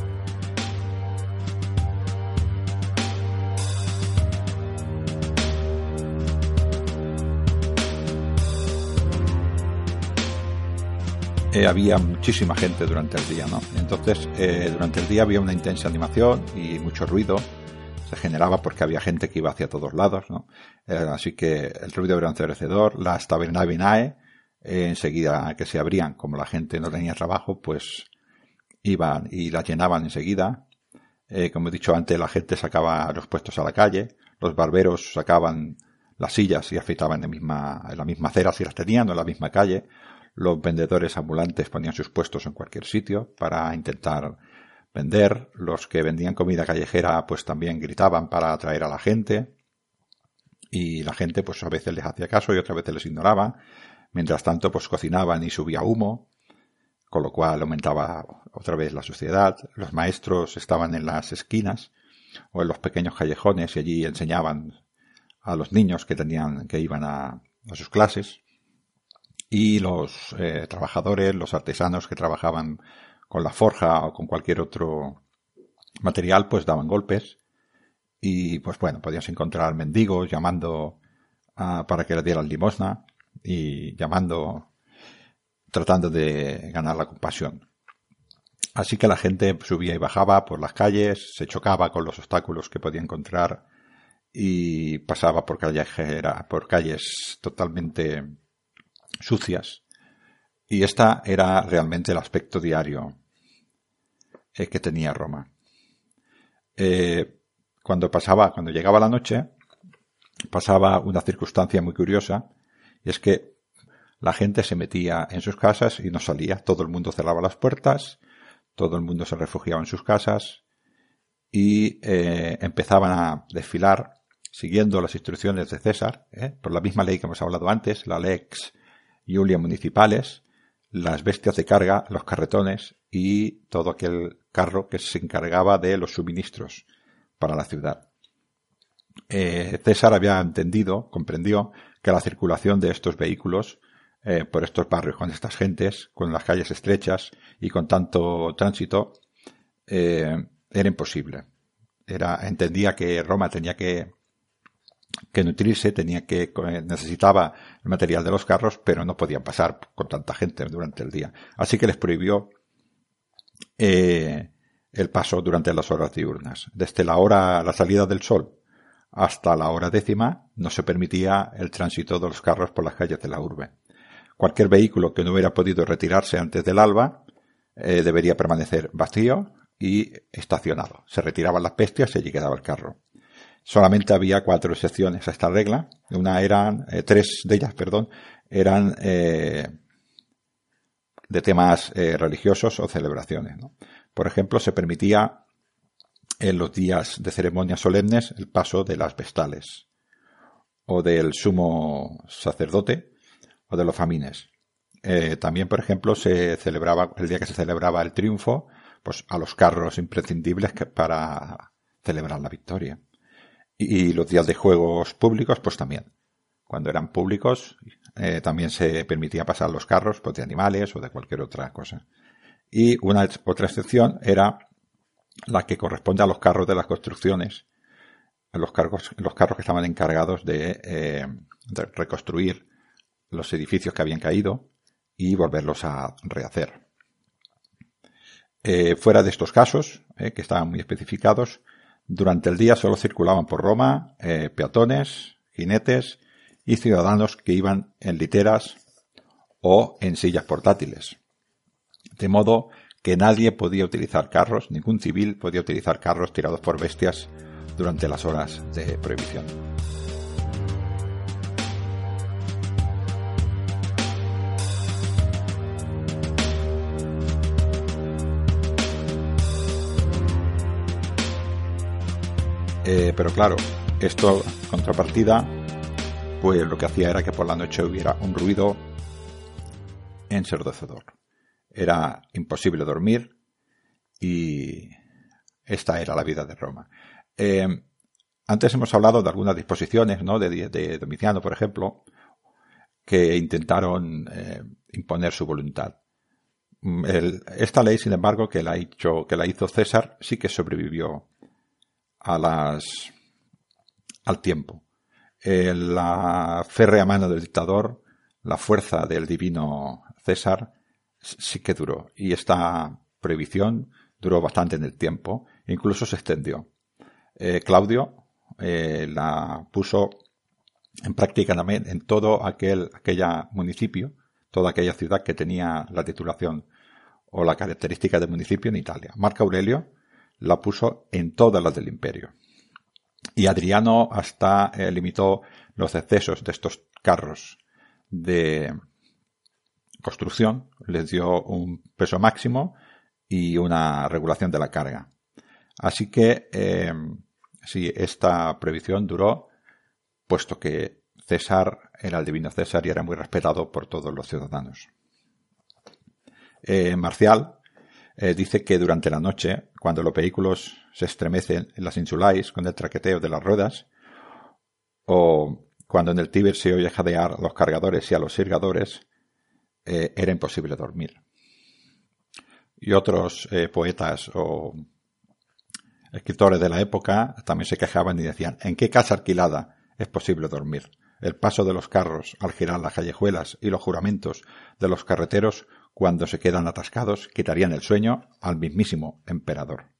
Eh, había muchísima gente durante el día, ¿no? Entonces, eh, durante el día había una intensa animación y mucho ruido. Se generaba porque había gente que iba hacia todos lados, ¿no? Eh, así que el ruido era ensordecedor. Las tabernae vinae, eh, enseguida que se abrían, como la gente no tenía trabajo, pues iban y las llenaban enseguida. Eh, como he dicho antes, la gente sacaba los puestos a la calle. Los barberos sacaban las sillas y afeitaban en, misma, en la misma acera si las tenían, o en la misma calle. Los vendedores ambulantes ponían sus puestos en cualquier sitio para intentar vender. Los que vendían comida callejera pues también gritaban para atraer a la gente. Y la gente pues a veces les hacía caso y otras veces les ignoraba. Mientras tanto pues cocinaban y subía humo, con lo cual aumentaba otra vez la suciedad. Los maestros estaban en las esquinas o en los pequeños callejones y allí enseñaban a los niños que tenían que iban a, a sus clases. Y los eh, trabajadores, los artesanos que trabajaban con la forja o con cualquier otro material, pues daban golpes. Y pues bueno, podías encontrar mendigos llamando a, para que le dieran limosna y llamando, tratando de ganar la compasión. Así que la gente subía y bajaba por las calles, se chocaba con los obstáculos que podía encontrar y pasaba por calles, por calles totalmente sucias, Y esta era realmente el aspecto diario eh, que tenía Roma. Eh, cuando pasaba, cuando llegaba la noche, pasaba una circunstancia muy curiosa, y es que la gente se metía en sus casas y no salía. Todo el mundo cerraba las puertas, todo el mundo se refugiaba en sus casas y eh, empezaban a desfilar siguiendo las instrucciones de César, ¿eh? por la misma ley que hemos hablado antes, la Lex Iulia Municipales, las bestias de carga, los carretones y todo aquel carro que se encargaba de los suministros para la ciudad. Eh, César había entendido, comprendió, que la circulación de estos vehículos eh, por estos barrios, con estas gentes, con las calles estrechas y con tanto tránsito, eh, era imposible. Era, entendía que Roma tenía que que nutrirse, tenía que necesitaba el material de los carros, pero no podían pasar con tanta gente durante el día. Así que les prohibió eh, el paso durante las horas diurnas. Desde la hora, la salida del sol hasta la hora décima no se permitía el tránsito de los carros por las calles de la urbe. Cualquier vehículo que no hubiera podido retirarse antes del alba eh, debería permanecer vacío y estacionado. Se retiraban las bestias y allí quedaba el carro. Solamente había cuatro excepciones a esta regla. Una eran, eh, tres de ellas, perdón, eran eh, de temas eh, religiosos o celebraciones, ¿no? Por ejemplo, se permitía en los días de ceremonias solemnes el paso de las vestales o del sumo sacerdote o de los famines. Eh, también, por ejemplo, se celebraba el día que se celebraba el triunfo, pues a los carros imprescindibles que, para celebrar la victoria. Y los días de juegos públicos, pues también. Cuando eran públicos, eh, también se permitía pasar los carros, pues de animales o de cualquier otra cosa. Y una otra excepción era la que corresponde a los carros de las construcciones, a los carros, los carros que estaban encargados de, eh, de reconstruir los edificios que habían caído y volverlos a rehacer. Eh, fuera de estos casos, eh, que estaban muy especificados, durante el día solo circulaban por Roma eh, peatones, jinetes y ciudadanos que iban en literas o en sillas portátiles. De modo que nadie podía utilizar carros, ningún civil podía utilizar carros tirados por bestias durante las horas de prohibición. Eh, pero claro, esto, contrapartida, pues lo que hacía era que por la noche hubiera un ruido ensordecedor. Era imposible dormir y esta era la vida de Roma. Eh, antes hemos hablado de algunas disposiciones, ¿no? de, de Domiciano, por ejemplo, que intentaron eh, imponer su voluntad. El, esta ley, sin embargo, que la, hizo, que la hizo César, sí que sobrevivió a las al tiempo. Eh, la férrea mano del dictador, la fuerza del divino César, sí que duró. Y esta prohibición duró bastante en el tiempo, incluso se extendió. Eh, Claudio eh, la puso en práctica también en todo aquel aquella municipio, toda aquella ciudad que tenía la titulación o la característica de municipio en Italia. Marco Aurelio la puso en todas las del imperio. Y Adriano hasta eh, limitó los excesos de estos carros de construcción, les dio un peso máximo y una regulación de la carga. Así que eh, sí, esta prohibición duró, puesto que César era el divino César y era muy respetado por todos los ciudadanos. Eh, Marcial Eh, dice que durante la noche, cuando los vehículos se estremecen en las insulares con el traqueteo de las ruedas, o cuando en el Tíber se oye jadear a los cargadores y a los sirgadores, eh, era imposible dormir. Y otros eh, poetas o escritores de la época también se quejaban y decían: ¿en qué casa alquilada es posible dormir? El paso de los carros al girar las callejuelas y los juramentos de los carreteros cuando se quedan atascados quitarían el sueño al mismísimo emperador.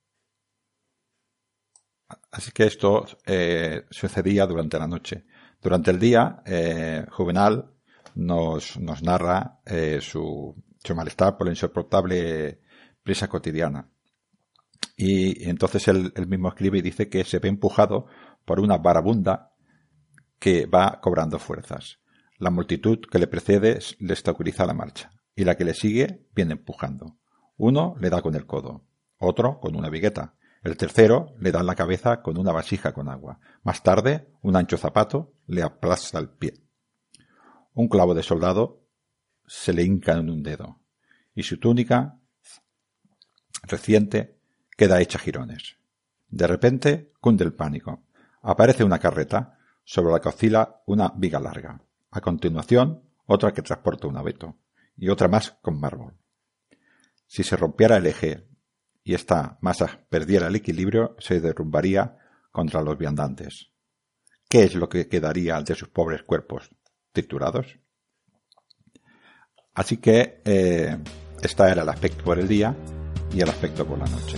Así que esto eh, sucedía durante la noche. Durante el día, eh, Juvenal nos, nos narra eh, su, su malestar por la insoportable prisa cotidiana. Y entonces él, él mismo escribe y dice que se ve empujado por una varabunda que va cobrando fuerzas. La multitud que le precede le obstaculiza la marcha, y la que le sigue viene empujando. Uno le da con el codo, otro con una vigueta, el tercero le da en la cabeza con una vasija con agua. Más tarde, un ancho zapato le aplasta el pie. Un clavo de soldado se le hinca en un dedo, y su túnica reciente queda hecha jirones. De repente cunde el pánico. Aparece una carreta sobre la que oscila una viga larga. A continuación, otra que transporta un abeto, y otra más con mármol. Si se rompiera el eje y esta masa perdiera el equilibrio, se derrumbaría contra los viandantes. ¿Qué es lo que quedaría de sus pobres cuerpos? ¿Triturados? Así que eh, este era el aspecto por el día y el aspecto por la noche.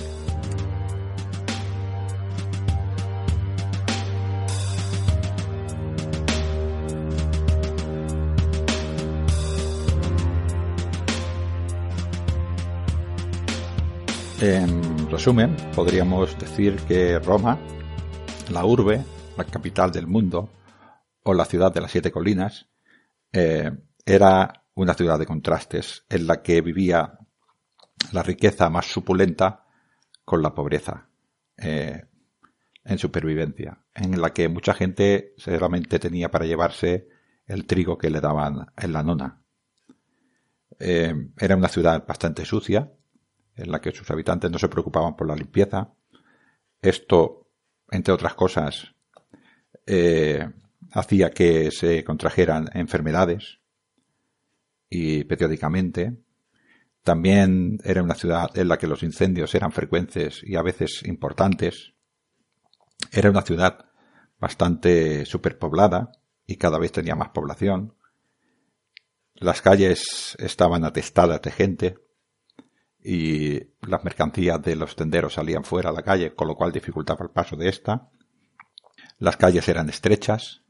En resumen, podríamos decir que Roma, la urbe, la capital del mundo, o la ciudad de las siete colinas, eh, era una ciudad de contrastes en la que vivía la riqueza más supulenta con la pobreza eh, en supervivencia, en la que mucha gente solamente tenía para llevarse el trigo que le daban en la nona. Eh, era una ciudad bastante sucia, en la que sus habitantes no se preocupaban por la limpieza. Esto, entre otras cosas, eh, hacía que se contrajeran enfermedades y periódicamente. También era una ciudad en la que los incendios eran frecuentes y a veces importantes. Era una ciudad bastante superpoblada y cada vez tenía más población. Las calles estaban atestadas de gente y las mercancías de los tenderos salían fuera a la calle, con lo cual dificultaba el paso de esta. Las calles eran estrechas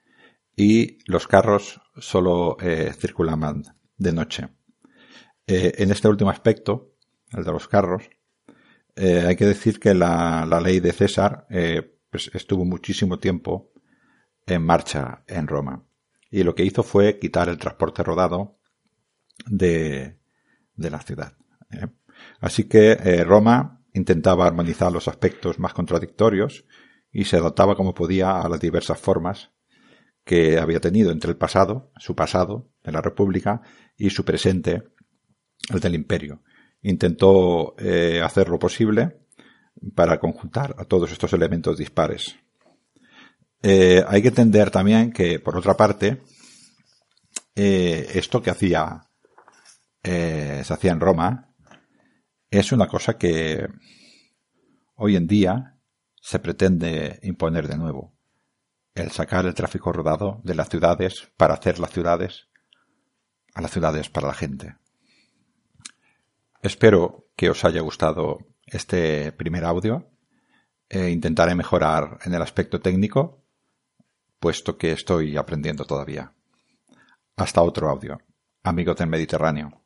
y los carros solo eh, circulaban de noche. Eh, en este último aspecto, el de los carros, eh, hay que decir que la, la ley de César eh, pues estuvo muchísimo tiempo en marcha en Roma. Y lo que hizo fue quitar el transporte rodado de, de la ciudad. ¿eh? Así que eh, Roma intentaba armonizar los aspectos más contradictorios y se adaptaba como podía a las diversas formas que había tenido entre el pasado, su pasado, de la República, y su presente, el del Imperio. Intentó eh, hacer lo posible para conjuntar a todos estos elementos dispares. Eh, hay que entender también que, por otra parte, eh, esto que hacía eh, se hacía en Roma es una cosa que hoy en día se pretende imponer de nuevo. El sacar el tráfico rodado de las ciudades para hacer las ciudades a las ciudades para la gente. Espero que os haya gustado este primer audio. Eh, intentaré mejorar en el aspecto técnico, puesto que estoy aprendiendo todavía. Hasta otro audio. Amigos del Mediterráneo.